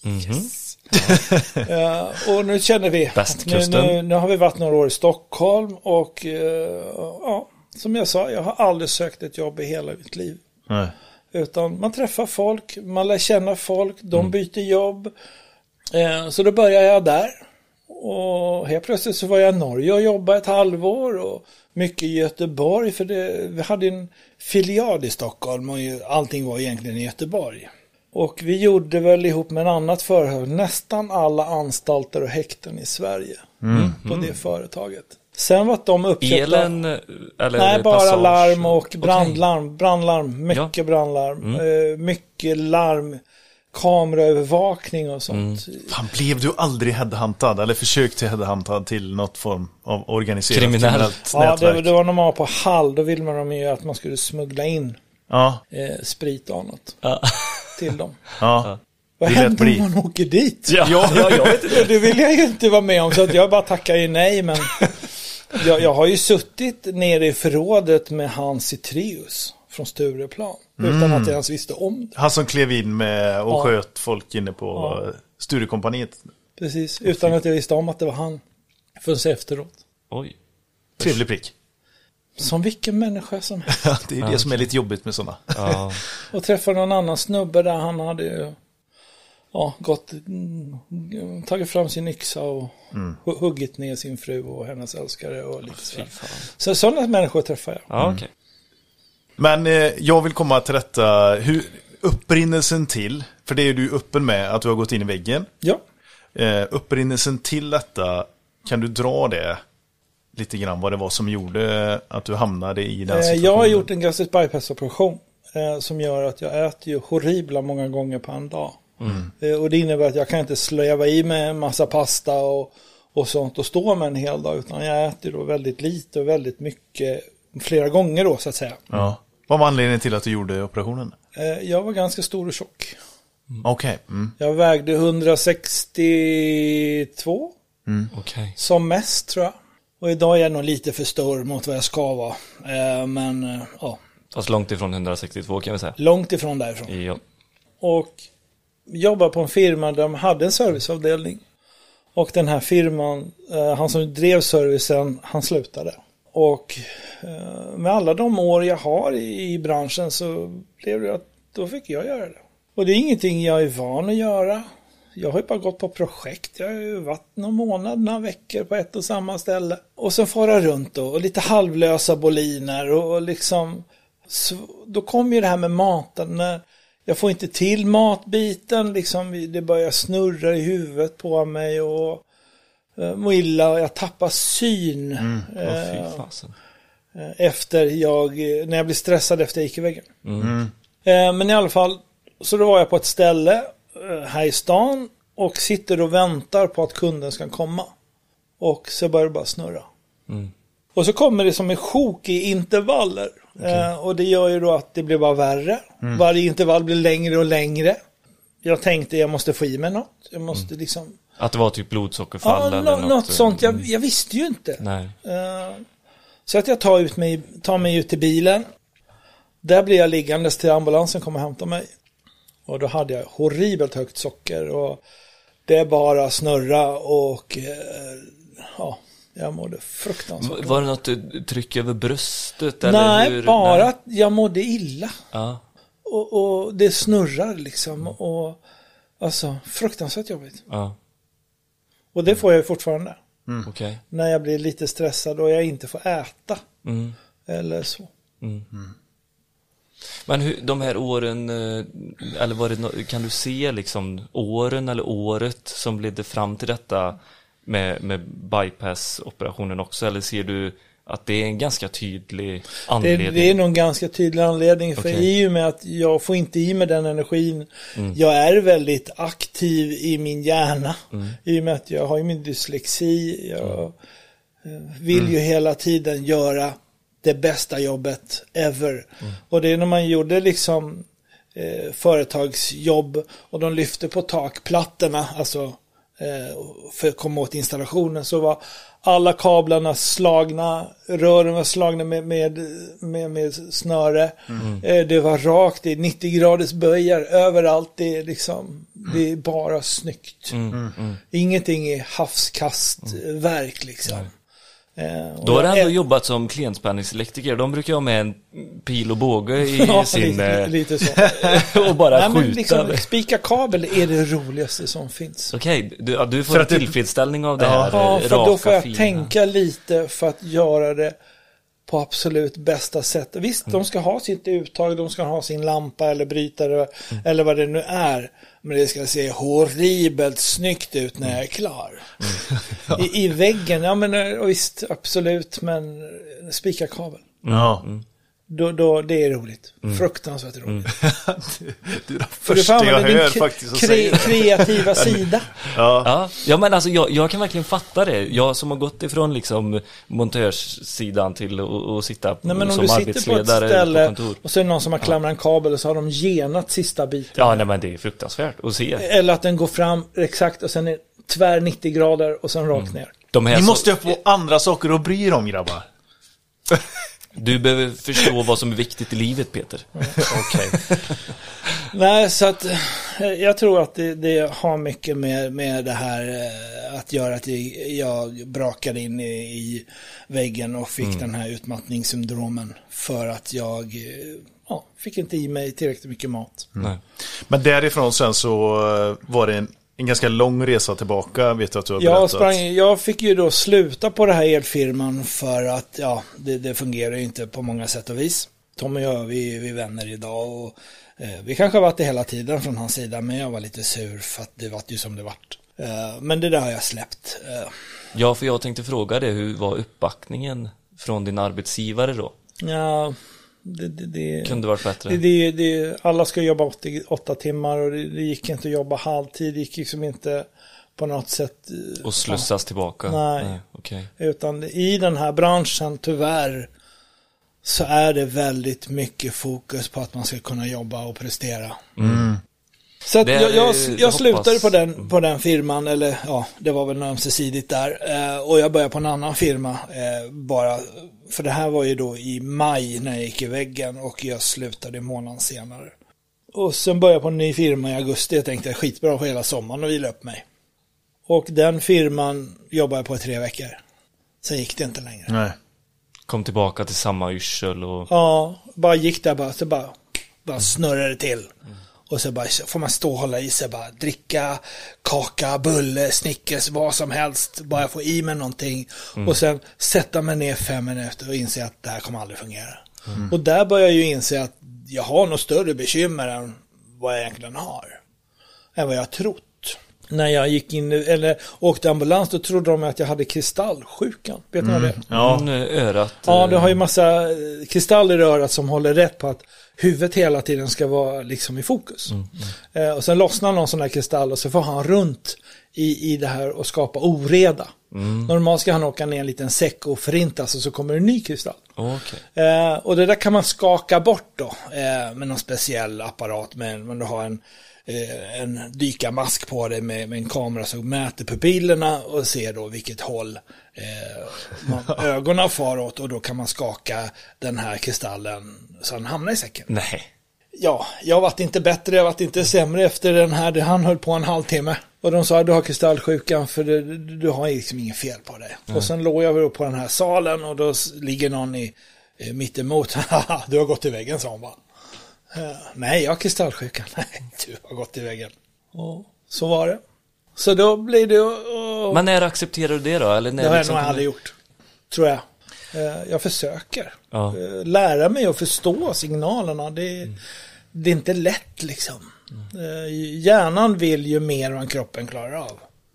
[SPEAKER 4] Och nu känner vi att
[SPEAKER 2] Västkusten.
[SPEAKER 4] nu har vi varit några år i Stockholm och ja, som jag sa, jag har aldrig sökt ett jobb i hela mitt liv.
[SPEAKER 1] Nej.
[SPEAKER 4] Utan man träffar folk, man lär känna folk, de byter jobb. Så då började jag där. Och helt plötsligt så var jag i Norge och jobbade ett halvår och mycket i Göteborg, för vi hade en filial i Stockholm och allting var egentligen i Göteborg. Och vi gjorde väl ihop med en annat företag nästan alla anstalter och häkten i Sverige på det företaget. Sen var de uppköpta...
[SPEAKER 2] Elen eller
[SPEAKER 4] Nej, bara
[SPEAKER 2] passage?
[SPEAKER 4] larm och brandlarm.
[SPEAKER 2] Okej.
[SPEAKER 4] Brandlarm, mycket brandlarm. Mycket larm, kameraövervakning och sånt.
[SPEAKER 1] Fan, blev du aldrig headhuntad eller försökte headhuntad till något form av organiserat
[SPEAKER 2] Kriminellt
[SPEAKER 4] Ja,
[SPEAKER 1] nätverk?
[SPEAKER 4] det var när man var på Hall, då ville man ju att man skulle smuggla in
[SPEAKER 1] Ja,
[SPEAKER 4] sprit och annat
[SPEAKER 2] Ja.
[SPEAKER 4] till dem.
[SPEAKER 1] ja.
[SPEAKER 4] Vad
[SPEAKER 1] Det lät
[SPEAKER 4] händer
[SPEAKER 1] bli.
[SPEAKER 4] om man åker dit?
[SPEAKER 2] Ja, jag vet inte.
[SPEAKER 4] Det vill jag ju inte vara med om, så att jag bara tackar ju nej, men jag har ju suttit nere i förrådet med Hans Citreus från Stureplan utan att jag ens visste om det.
[SPEAKER 1] Han som klev in med och
[SPEAKER 4] Ja.
[SPEAKER 1] sköt folk inne på Sturekompaniet.
[SPEAKER 4] Precis, utan att jag visste om att det var han förrän efteråt.
[SPEAKER 2] Oj.
[SPEAKER 1] Trevlig prick.
[SPEAKER 4] Som vilken människa som helst.
[SPEAKER 1] Ja, det är det som är lite jobbigt med sådana.
[SPEAKER 2] Ja.
[SPEAKER 4] Och träffade någon annan snubbe där han hade ju gått, tagit fram sin yxa och huggit ner sin fru och hennes älskare och lite så. Så sådana människor träffar jag.
[SPEAKER 2] Ja, okej.
[SPEAKER 1] Men jag vill komma till detta, upprinnelsen till, för det är du öppen med att du har gått in i väggen.
[SPEAKER 4] Ja.
[SPEAKER 1] Upprinnelsen till detta, kan du dra det lite grann, vad det var som gjorde att du hamnade i den situationen?
[SPEAKER 4] Jag har gjort en gastric bypass-operation som gör att jag äter ju horribla många gånger på en dag. Och det innebär att jag kan inte slöva i med en massa pasta och sånt och stå med en hel dag, utan jag äter då väldigt lite och väldigt mycket flera gånger då, så att säga.
[SPEAKER 1] Ja. Vad var anledningen till att du gjorde operationen?
[SPEAKER 4] Jag var ganska stor och tjock.
[SPEAKER 1] Okej. Mm.
[SPEAKER 4] Jag vägde 162
[SPEAKER 2] Okej.
[SPEAKER 4] som mest, tror jag. Och idag är jag nog lite för stor mot vad jag ska vara. Men ja,
[SPEAKER 2] Fast långt ifrån 162 kan vi säga.
[SPEAKER 4] långt ifrån därifrån.
[SPEAKER 2] Ja.
[SPEAKER 4] Och jobbade på en firma där de hade en serviceavdelning. Och den här firman, han som drev servicen, han slutade. Och med alla de år jag har i branschen så blev det att då fick jag göra det. Och det är ingenting jag är van att göra. Jag har ju bara gått på projekt. Jag har ju varit några månader, veckor på ett och samma ställe. Och sen fara runt då, och lite halvlösa boliner och liksom... Så, då kom ju det här med maten. När jag får inte till matbiten, liksom, det börjar snurra i huvudet på mig och må illa, och jag tappar syn
[SPEAKER 2] Fy fasen.
[SPEAKER 4] när jag blev stressad efter jag gick i väggen. Men i alla fall, så då var jag på ett ställe här i stan och sitter och väntar på att kunden ska komma. Och så börjar det bara snurra. Och så kommer det som en sjok i intervaller. Och det gör ju då att det blir bara värre. Varje intervall blir längre och längre. Jag tänkte jag måste få i mig något. Jag måste liksom...
[SPEAKER 2] Att det var typ blodsockerfall eller
[SPEAKER 4] något sånt. Jag visste ju inte.
[SPEAKER 2] Nej.
[SPEAKER 4] Så att jag tar mig ut till bilen. Där blir jag liggandes till ambulansen kommer hämta mig. Och då hade jag horribelt högt socker. Och det bara snurra och jag mådde fruktansvärt.
[SPEAKER 2] Var det något tryck över bröstet? Eller
[SPEAKER 4] Nej, bara att jag mådde illa.
[SPEAKER 2] Ja.
[SPEAKER 4] Och det snurrar liksom. Och alltså, fruktansvärt jobbigt.
[SPEAKER 2] Ja.
[SPEAKER 4] Och det får jag ju fortfarande.
[SPEAKER 2] Okay.
[SPEAKER 4] När jag blir lite stressad och jag inte får äta. Eller så.
[SPEAKER 2] Men de här åren, eller var det kan du se liksom åren eller året som ledde fram till detta med bypass-operationen också? Eller ser du att det är en ganska tydlig anledning? Det
[SPEAKER 4] är nog en ganska tydlig anledning. För i och med att jag får inte i mig den energin. Jag är väldigt aktiv i min hjärna. I och med att jag har ju min dyslexi. Jag vill ju hela tiden göra det bästa jobbet ever. Och det är när man gjorde liksom företagsjobb och de lyfte på takplattorna, alltså för att komma åt installationen, så var alla kablarna slagna, rören var slagna med snöre. Det var rakt, det är 90 graders böjar överallt, det är liksom det är bara snyggt. Ingenting är havskastverk liksom.
[SPEAKER 2] Då har du ändå jobbat som klientspänningselektriker. De brukar ha med en pil och båge i sin...
[SPEAKER 4] lite så.
[SPEAKER 2] och bara skjuta.
[SPEAKER 4] Men liksom, spika kabel är det roligaste som finns.
[SPEAKER 2] Okej, du får en tillfredsställning av det här.
[SPEAKER 4] Ja, för
[SPEAKER 2] raka,
[SPEAKER 4] då får jag
[SPEAKER 2] fina.
[SPEAKER 4] tänka lite för att göra det på absolut bästa sätt. Visst, de ska ha sitt uttag, de ska ha sin lampa eller brytare eller vad det nu är. Men det ska se horribelt snyggt ut när jag är klar. I väggen, ja men visst, absolut, men spika kabel. Då det är roligt. Fruktansvärt roligt.
[SPEAKER 1] Det är det första jag hör faktiskt att säga.
[SPEAKER 4] Kreativa sida.
[SPEAKER 2] Ja, men alltså jag kan verkligen fatta det. Jag som har gått ifrån liksom montörssidan till att sitta som arbetsledare på kontor. Om du sitter på ett ställe
[SPEAKER 4] och så är det någon som har klamrat en kabel och så har de genat sista biten.
[SPEAKER 2] Ja, nej, men det är fruktansvärt att se.
[SPEAKER 4] Eller att den går fram exakt och sen är tvär 90 grader och sen rakt ner.
[SPEAKER 1] Ni måste få andra saker att bry er om, grabbar.
[SPEAKER 2] Du behöver förstå vad som är viktigt i livet, Peter.
[SPEAKER 4] Okej. Nej, så att jag tror att det har mycket med det här att göra att jag brakade in i väggen och fick den här utmattningssyndromen för att jag fick inte i mig tillräckligt mycket mat.
[SPEAKER 2] Nej.
[SPEAKER 1] Men därifrån sen så var det en ganska lång resa tillbaka, vet du att du har berättat.
[SPEAKER 4] Jag fick ju då sluta på det här elfirman för att det fungerar ju inte på många sätt och vis. Tom och jag, vi är vänner idag och vi kanske har varit det hela tiden från hans sida, men jag var lite sur för att det var ju som det vart. Men det där har jag släppt.
[SPEAKER 2] Ja, för jag tänkte fråga dig, hur var uppbackningen från din arbetsgivare då?
[SPEAKER 4] Ja, det
[SPEAKER 2] kunde varit bättre.
[SPEAKER 4] Alla ska jobba 8 timmar och det gick inte att jobba halvtid. Det gick liksom inte på något sätt
[SPEAKER 2] och slussas tillbaka.
[SPEAKER 4] Nej.
[SPEAKER 2] Okay.
[SPEAKER 4] Utan i den här branschen tyvärr så är det väldigt mycket fokus på att man ska kunna jobba och prestera. Så att jag slutade på den firman, eller det var väl ömsesidigt där, och jag började på en annan firma bara, för det här var ju då i maj när jag gick i väggen och jag slutade en månad senare. Och sen började jag på en ny firma i augusti. Jag tänkte skitbra för hela sommaren och vila upp mig. Och den firman jobbade jag på i 3 veckor. Sen gick det inte längre.
[SPEAKER 1] Nej.
[SPEAKER 2] Kom tillbaka till samma yrsel och...
[SPEAKER 4] Ja, bara gick där så bara snurrade till. Och så bara får man stå och hålla i sig, bara dricka kaka, bulle, Snickers, vad som helst, bara få i mig någonting och sen sätta mig ner 5 minuter och inse att det här kommer aldrig fungera. Och där börjar jag ju inse att jag har något större bekymmer än vad jag egentligen har, än vad jag har trott. När jag gick in eller åkte ambulans, då trodde de att jag hade kristallsjukan. Vet ni vad det är?
[SPEAKER 2] Ja, örat.
[SPEAKER 4] Ja, du har ju massa kristaller i örat som håller rätt på att huvudet hela tiden ska vara liksom i fokus. Och sen lossnar någon sån här kristall och så får han runt i det här och skapa oreda. Normalt ska han åka ner en liten säck och förintas och så kommer en ny kristall.
[SPEAKER 2] Okay.
[SPEAKER 4] Och det där kan man skaka bort då med någon speciell apparat, men du har en dykarmask på dig med en kamera som mäter pupillerna och ser då vilket håll ögonen far åt, och då kan man skaka den här kristallen så han hamnar i säcken.
[SPEAKER 2] Nej.
[SPEAKER 4] Ja, jag varit inte bättre, jag varit inte sämre efter den här. Han höll på en halvtimme. Och de sa, du har kristallsjukan för du har liksom ingen fel på dig. Och sen låg jag på den här salen och då ligger någon mitt emot. Du har gått i väggen, sa hon bara. Nej, jag har kristallsjukan. Nej, du har gått i väggen. Och så var det. Så då blir det...
[SPEAKER 2] Men när accepterar du det då? Eller när
[SPEAKER 4] det har
[SPEAKER 2] liksom
[SPEAKER 4] jag nog aldrig gjort, tror jag. Jag försöker.
[SPEAKER 2] Ja.
[SPEAKER 4] Lära mig att förstå signalerna. Det är inte lätt liksom. Hjärnan vill ju mer än kroppen klarar av.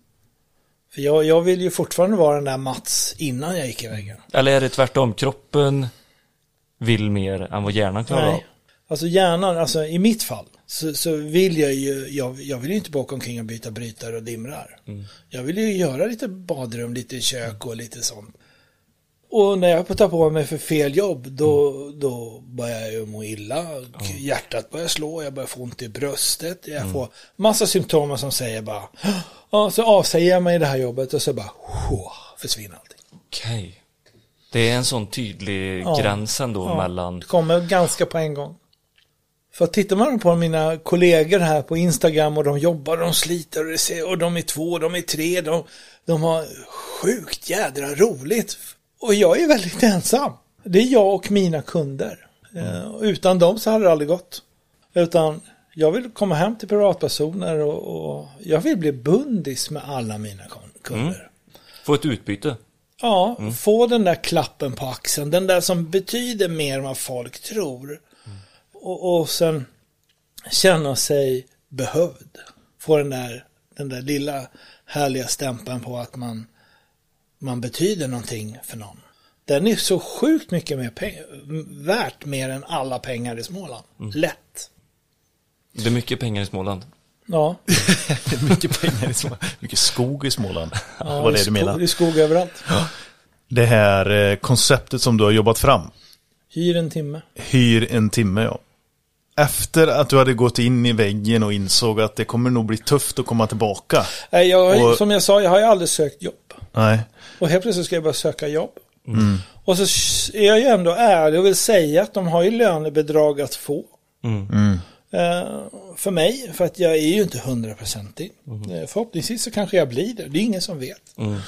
[SPEAKER 4] För jag vill ju fortfarande vara den där Mats innan jag gick i väggen.
[SPEAKER 2] Eller är det tvärtom? Kroppen vill mer än vad hjärnan klarar av?
[SPEAKER 4] Alltså hjärnan, alltså i mitt fall så vill jag vill ju inte åka omkring och byta brytare och dimrar. Jag vill ju göra lite badrum, lite kök och lite sånt. Och när jag tar på mig för fel jobb, då börjar jag ju må illa. Hjärtat börjar slå, jag börjar få ont i bröstet. Jag får massa symptomer som säger bara, ja, så avsäger jag mig det här jobbet och så bara, försvinner allting.
[SPEAKER 2] Okej. Det är en sån tydlig gräns ändå mellan...
[SPEAKER 4] Det kommer ganska på en gång. För tittar man på mina kollegor här på Instagram och de jobbar, de sliter och de är 2, de är 3, de har sjukt jädra roligt. Och jag är väldigt ensam. Det är jag och mina kunder. Utan dem så hade det aldrig gått. Utan jag vill komma hem till privatpersoner och jag vill bli bundis med alla mina kunder.
[SPEAKER 2] Få ett utbyte.
[SPEAKER 4] Ja, få den där klappen på axeln. Den där som betyder mer än vad folk tror. Och sen känna sig behövd. Få den där lilla härliga stämpeln på att man betyder någonting för någon. Den är så sjukt mycket mer värt mer än alla pengar i Småland. Lätt.
[SPEAKER 2] Det är mycket pengar i Småland.
[SPEAKER 4] Ja.
[SPEAKER 1] Det är mycket pengar i Småland. Mycket skog i Småland.
[SPEAKER 4] Ja,
[SPEAKER 1] vad det är du menar.
[SPEAKER 4] Det är skog överallt.
[SPEAKER 1] Ja. Det här konceptet som du har jobbat fram.
[SPEAKER 4] Hyr en timme.
[SPEAKER 1] Hyr en timme, ja. Efter att du hade gått in i väggen och insåg att det kommer nog bli tufft att komma tillbaka.
[SPEAKER 4] Som jag sa, jag har ju aldrig sökt jobb.
[SPEAKER 1] Nej.
[SPEAKER 4] Och helt plötsligt ska jag bara söka jobb. Och så är jag ju ändå ärlig och vill säga att de har ju lönebidrag att få. För mig, för att jag är ju inte 100%. Förhoppningsvis så kanske jag blir det. Det är ingen som vet.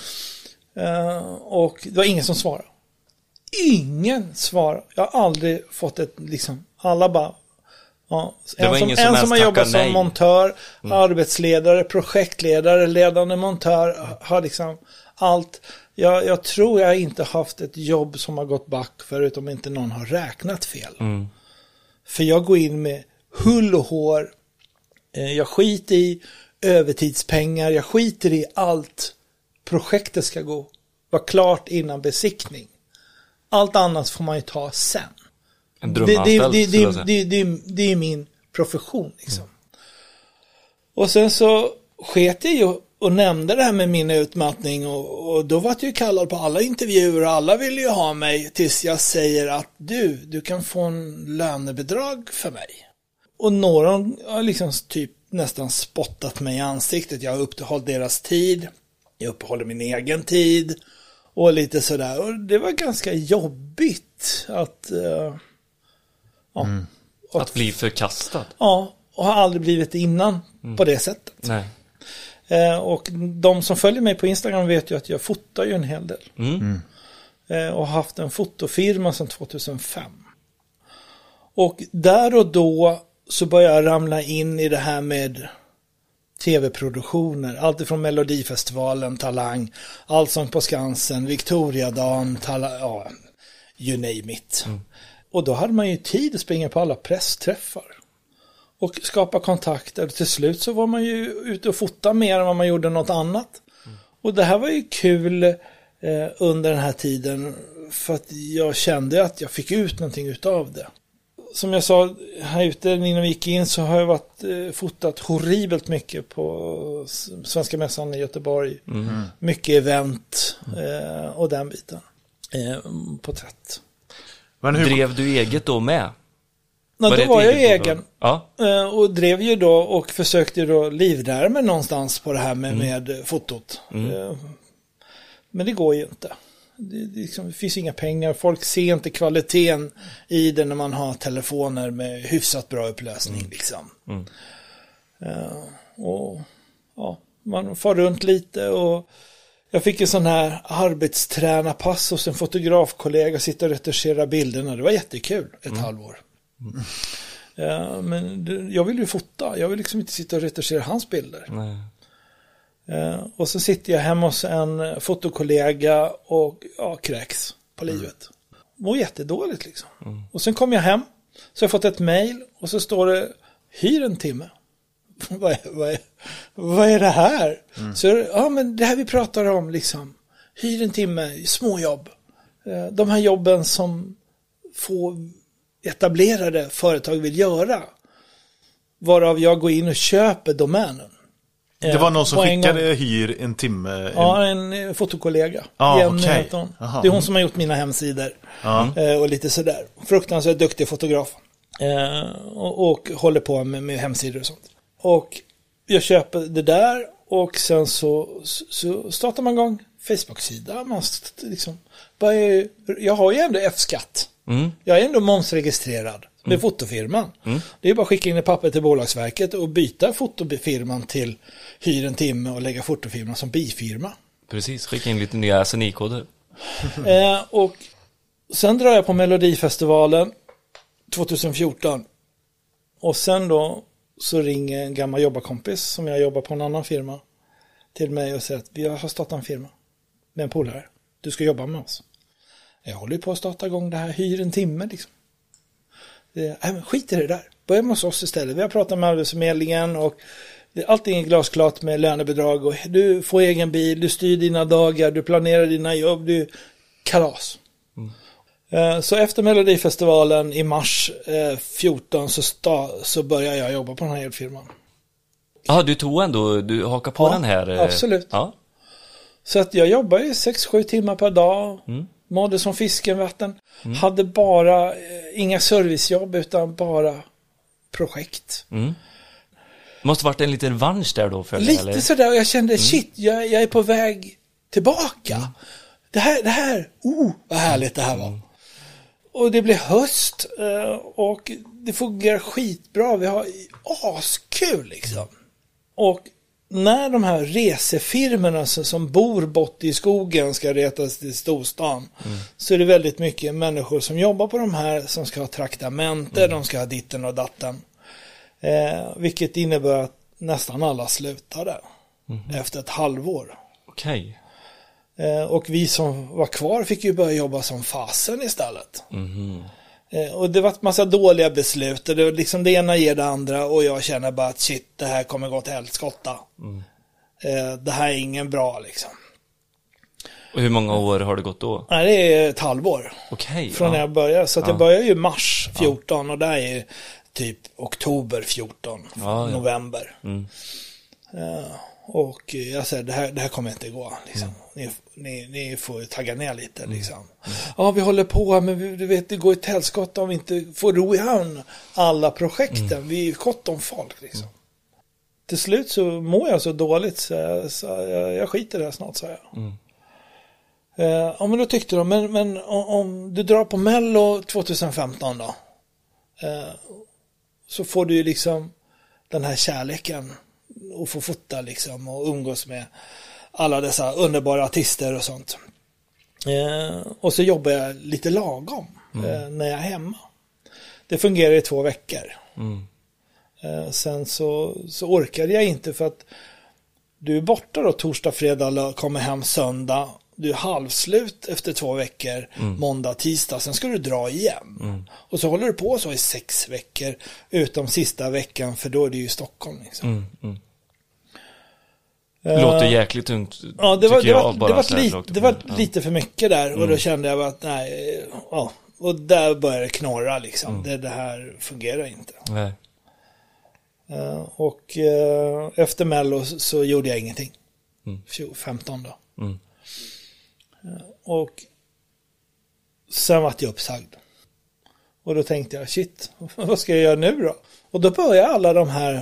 [SPEAKER 4] Och det var ingen som svarade. Ingen svarade. Jag har aldrig fått ett liksom, alla bara en som har jobbat som montör, arbetsledare, projektledare, ledande montör, har liksom allt. Jag tror jag inte haft ett jobb som har gått back förutom inte någon har räknat fel. För jag går in med hull och hår. Jag skiter i övertidspengar. Jag skiter i allt. Projektet ska vara klart innan besiktning. Allt annat får man ju ta sen.
[SPEAKER 2] En drömanställd,
[SPEAKER 4] det är min profession liksom. Och sen så sket jag ju och nämnde det här med min utmattning och då var jag ju kallad på alla intervjuer och alla ville ju ha mig tills jag säger att du kan få en lönebidrag för mig. Och några har liksom typ nästan spottat mig i ansiktet. Jag har uppehållit deras tid. Jag uppehåller min egen tid. Och lite sådär. Och det var ganska jobbigt att...
[SPEAKER 2] att bli förkastad.
[SPEAKER 4] Ja, och har aldrig blivit innan på det sättet.
[SPEAKER 2] Nej.
[SPEAKER 4] Och de som följer mig på Instagram vet ju att jag fotar ju en hel del. Och har haft en fotofirma sedan 2005. Och där och då så började jag ramla in i det här med tv-produktioner. Allt ifrån Melodifestivalen, Talang, Allsång på Skansen, Victoriadagen, you name it. Och då hade man ju tid att springa på alla pressträffar. Och skapa kontakter. Till slut så var man ju ute och fota mer än vad man gjorde något annat. Och det här var ju kul under den här tiden. För att jag kände att jag fick ut någonting utav det. som jag sa här ute innan vi gick in, så har jag fotat horribelt mycket på Svenska mässan i Göteborg. Mycket event och den biten. Porträtt.
[SPEAKER 1] Men hur...
[SPEAKER 5] Drev du eget då med?
[SPEAKER 4] Ja, då var jag egen.
[SPEAKER 5] Ja.
[SPEAKER 4] Och drev ju då och försökte då livnära mig någonstans på det här med fotot. Men det går ju inte. Det finns inga pengar. Folk ser inte kvaliteten i det när man har telefoner med hyfsat bra upplösning. Liksom. Och ja, man får runt lite. Och jag fick en sån här arbetstränarpass hos en fotografkollega, sitta och retuschera bilderna. Det var jättekul, ett halvår. Men jag vill ju fota. Jag vill liksom inte sitta och retuschera hans bilder.
[SPEAKER 5] Nej.
[SPEAKER 4] Och så sitter jag hemma hos en fotokollega och kräks på livet. Mår jättedåligt liksom. Och sen kom jag hem, så har jag fått ett mejl och så står det: hyr en timme. Vad är det här? Så men det här vi pratar om liksom. Hyr en timme, småjobb. De här jobben som få etablerade företag vill göra. Varav jag går in och köper domänen.
[SPEAKER 1] Det var någon som skickade hyr en timme?
[SPEAKER 4] Ja, en fotokollega.
[SPEAKER 1] Okay.
[SPEAKER 4] Det är hon som har gjort mina hemsidor. Och lite sådär. Fruktansvärt duktig fotograf. Och håller på med hemsidor och sånt. Och jag köper det där. Och sen så startar man igång Facebook-sida. Man liksom, jag har ju ändå F-skatt. Jag är ändå momsregistrerad med fotofirman. Det är bara att skicka in ett papper till Bolagsverket och byta fotofirman till hyr en timme och lägga fotofirman som bifirma.
[SPEAKER 5] Precis, skicka in lite nya SNI-koder.
[SPEAKER 4] Och sen drar jag på Melodifestivalen 2014. Och sen då så ringer en gammal jobbarkompis som jag jobbar på en annan firma till mig och säger att vi har startat en firma med en polare. Du ska jobba med oss. Jag håller på att starta igång det här, hyr en timme liksom. Men skit i det där. Börja med oss istället. Vi har pratat med Arbetsförmedlingen och allting är glasklart med lönebidrag och du får egen bil, du styr dina dagar, du planerar dina jobb, du kalas. Så efter Melodifestivalen i mars 14 så börjar jag jobba på den här firman.
[SPEAKER 5] Ja, du hakar på den här.
[SPEAKER 4] Absolut.
[SPEAKER 5] Ja.
[SPEAKER 4] Så att jag jobbar ju 6-7 timmar per dag. Mådde som fisken vatten. Hade bara inga servicejobb utan bara projekt.
[SPEAKER 5] Måste varit en liten revansch där då för
[SPEAKER 4] lite
[SPEAKER 5] eller?
[SPEAKER 4] Sådär, och jag kände shit, jag är på väg tillbaka. Det här, vad härligt det här var. Och det blev höst och det fungerar skitbra. Vi har askul liksom. Och när de här resefirmerna som bor bort i skogen ska retas till storstan så är det väldigt mycket människor som jobbar på de här som ska ha traktamenter, de ska ha ditten och datten. Vilket innebär att nästan alla slutar där efter ett halvår.
[SPEAKER 5] Okej.
[SPEAKER 4] Och vi som var kvar fick ju börja jobba som fasen istället. Och det var ett massa dåliga beslut. Det, liksom det ena ger det andra och jag känner bara att shit, det här kommer gå till helskotta. Det här är ingen bra liksom.
[SPEAKER 5] Och hur många år har det gått då?
[SPEAKER 4] Nej, det är ett halvår.
[SPEAKER 5] Okej.
[SPEAKER 4] Från när jag började. Så att jag började ju mars 14 och där är typ oktober 14, november. Och jag säger, det här kommer inte gå liksom. Ni får tagga ner lite liksom. Ja, vi håller på, men du vet, det går ett helskott om vi inte får ro i hamn alla projekten. Vi är gott om folk liksom. Till slut så mår jag så dåligt så jag skiter där snart, så jag. Ja, men då tyckte de, men om du drar på Mello 2015 då, så får du ju liksom den här kärleken och få fota liksom och umgås med alla dessa underbara artister och sånt. Och så jobbar jag lite lagom när jag är hemma. Det fungerar i 2 veckor. Sen så orkade jag inte, för att du är borta då torsdag, fredag, kommer hem söndag. Du är halvslut efter 2 veckor, måndag, tisdag. Sen ska du dra igen. Och så håller du på så i 6 veckor, utom sista veckan, för då är det ju i Stockholm liksom.
[SPEAKER 5] Det låter jäkligt tungt.
[SPEAKER 4] Ja, det var lite för mycket där. Och då kände jag att nej, Och där började det knorra liksom. Det här fungerar inte.
[SPEAKER 5] Nej.
[SPEAKER 4] Och efter Mello så gjorde jag ingenting. 15 då. Och sen var jag uppsagd. Och då tänkte jag, shit, vad ska jag göra nu då? Och då började alla de här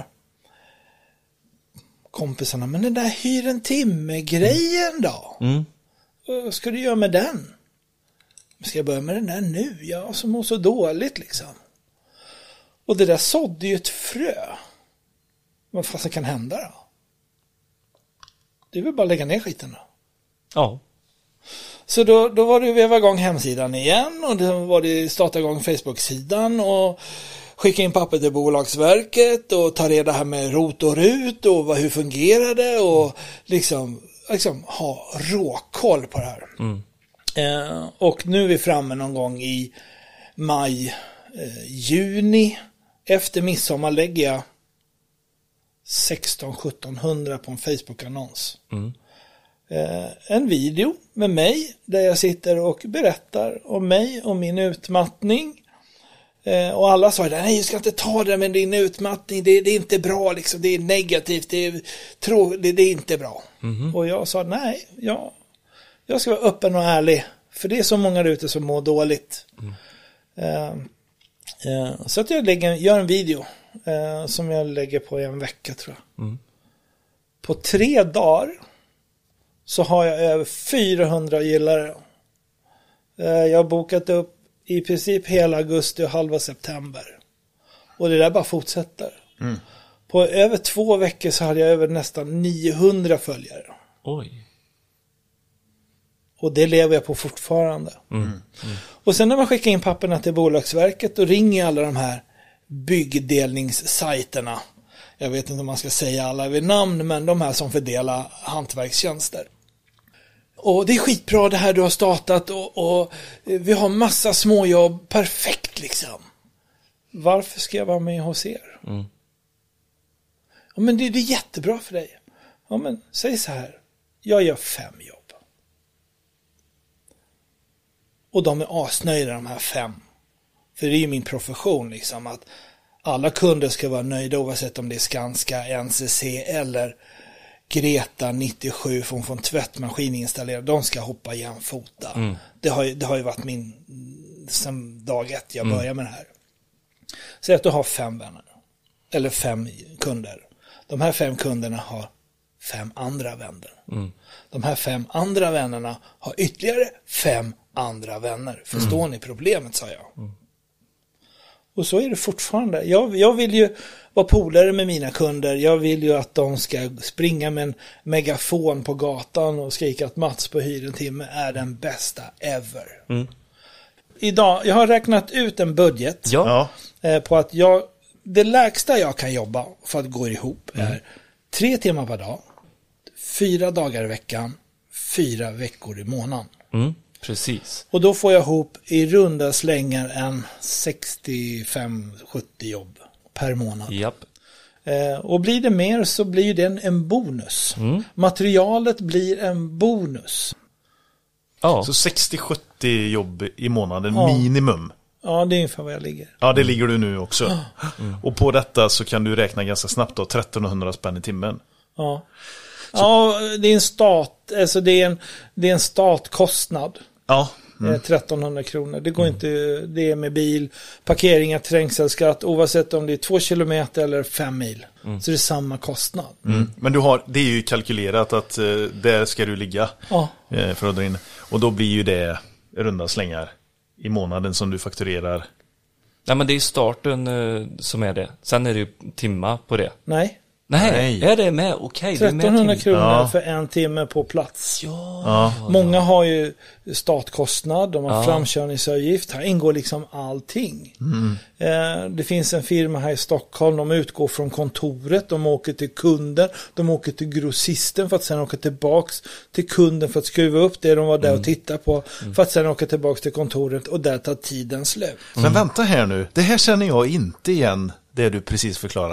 [SPEAKER 4] kompisarna, men den där hyr en timme-grejen då? Vad ska du göra med den? Ska jag börja med den där nu? Jag som mår så dåligt liksom. Och det där sådde ju ett frö. Vad fan kan hända då? Det är väl bara att lägga ner skiten då.
[SPEAKER 5] Ja.
[SPEAKER 4] Så då var det veva igång hemsidan igen och då var det starta igång Facebook-sidan och skicka in papper till Bolagsverket och ta reda här med rot och rut och hur fungerar det och liksom ha råkoll på det här. Och nu är vi framme någon gång i maj, juni. Efter midsommar lägger jag 1600-1700 på en Facebook-annons. En video med mig där jag sitter och berättar om mig och min utmattning. Och alla sa, nej, jag ska inte ta det med din utmattning, det är inte bra liksom, det är negativt, det är inte bra. Och jag sa, nej, jag ska vara öppen och ärlig, för det är så många där ute som mår dåligt. Så att jag gör en video som jag lägger på i en vecka tror jag. På 3 dagar så har jag över 400 gillare. Jag har bokat upp i princip hela augusti och halva september. Och det där bara fortsätter. På över 2 veckor så hade jag över nästan 900 följare.
[SPEAKER 5] Oj.
[SPEAKER 4] Och det lever jag på fortfarande. Och sen när man skickar in papperna till Bolagsverket och ringer alla de här byggdelningssajterna. Jag vet inte om man ska säga alla vid namn, men de här som fördelar hantverkstjänster. Och det är skitbra det här du har startat och vi har massa småjobb, perfekt liksom. Varför ska jag vara med hos er? Ja, men det är jättebra för dig. Ja, men säg så här. Jag gör 5 jobb. Och de är asnöjda de här 5. För det är ju min profession liksom, att alla kunder ska vara nöjda oavsett om det är Skanska, NCC eller Greta 97 från tvättmaskin installerad. De ska hoppa jämfota. Det har ju varit min sen dag 1 jag började med det här. Så att du har 5 vänner. Eller 5 kunder. De här 5 kunderna har 5 andra vänner. De här 5 andra vännerna har ytterligare 5 andra vänner. Förstår ni problemet, sa jag. Och så är det fortfarande. Jag vill ju vara polare med mina kunder. Jag vill ju att de ska springa med en megafon på gatan och skrika att Mats på hyr en timme är den bästa ever. Idag, jag har räknat ut en budget på att det lägsta jag kan jobba för att gå ihop är 3 timmar per dag, 4 dagar i veckan, 4 veckor i månaden.
[SPEAKER 5] Precis.
[SPEAKER 4] Och då får jag ihop i runda slängar en 65-70 jobb per månad.
[SPEAKER 5] Japp.
[SPEAKER 4] Och blir det mer så blir det en bonus. Materialet blir en bonus.
[SPEAKER 5] Ja.
[SPEAKER 1] Så 60-70 jobb i månaden minimum.
[SPEAKER 4] Ja, det är ungefär vad jag ligger.
[SPEAKER 1] Ja, det ligger du nu också. Och på detta så kan du räkna ganska snabbt då, 1300 spänn i timmen.
[SPEAKER 4] Ja. Ja, det är en alltså det är en startkostnad.
[SPEAKER 1] Ja.
[SPEAKER 4] 1300 kronor. Det går inte, det är med bil, parkeringar, trängselskatt, oavsett om det är 2 kilometer eller 5 mil. Så det är samma kostnad.
[SPEAKER 1] Men det är ju kalkylerat att där ska du ligga för att dra in. Och då blir ju det runda slängar i månaden som du fakturerar.
[SPEAKER 5] Nej, men det är starten som är det. Sen är det ju timma på det.
[SPEAKER 4] Nej.
[SPEAKER 5] Nej, är det med? Okej,
[SPEAKER 4] 1300 kronor för en timme på plats. Många har ju startkostnad, de har framkörningsavgift. Här ingår liksom allting. Det finns en firma här i Stockholm, de utgår från kontoret, de åker till kunden, de åker till grossisten för att sen åka tillbaks till kunden för att skruva upp det de var där och titta på, för att sen åka tillbaks till kontoret och där tar tiden slut.
[SPEAKER 1] Men vänta här nu, det här känner jag inte igen, det du precis förklarade.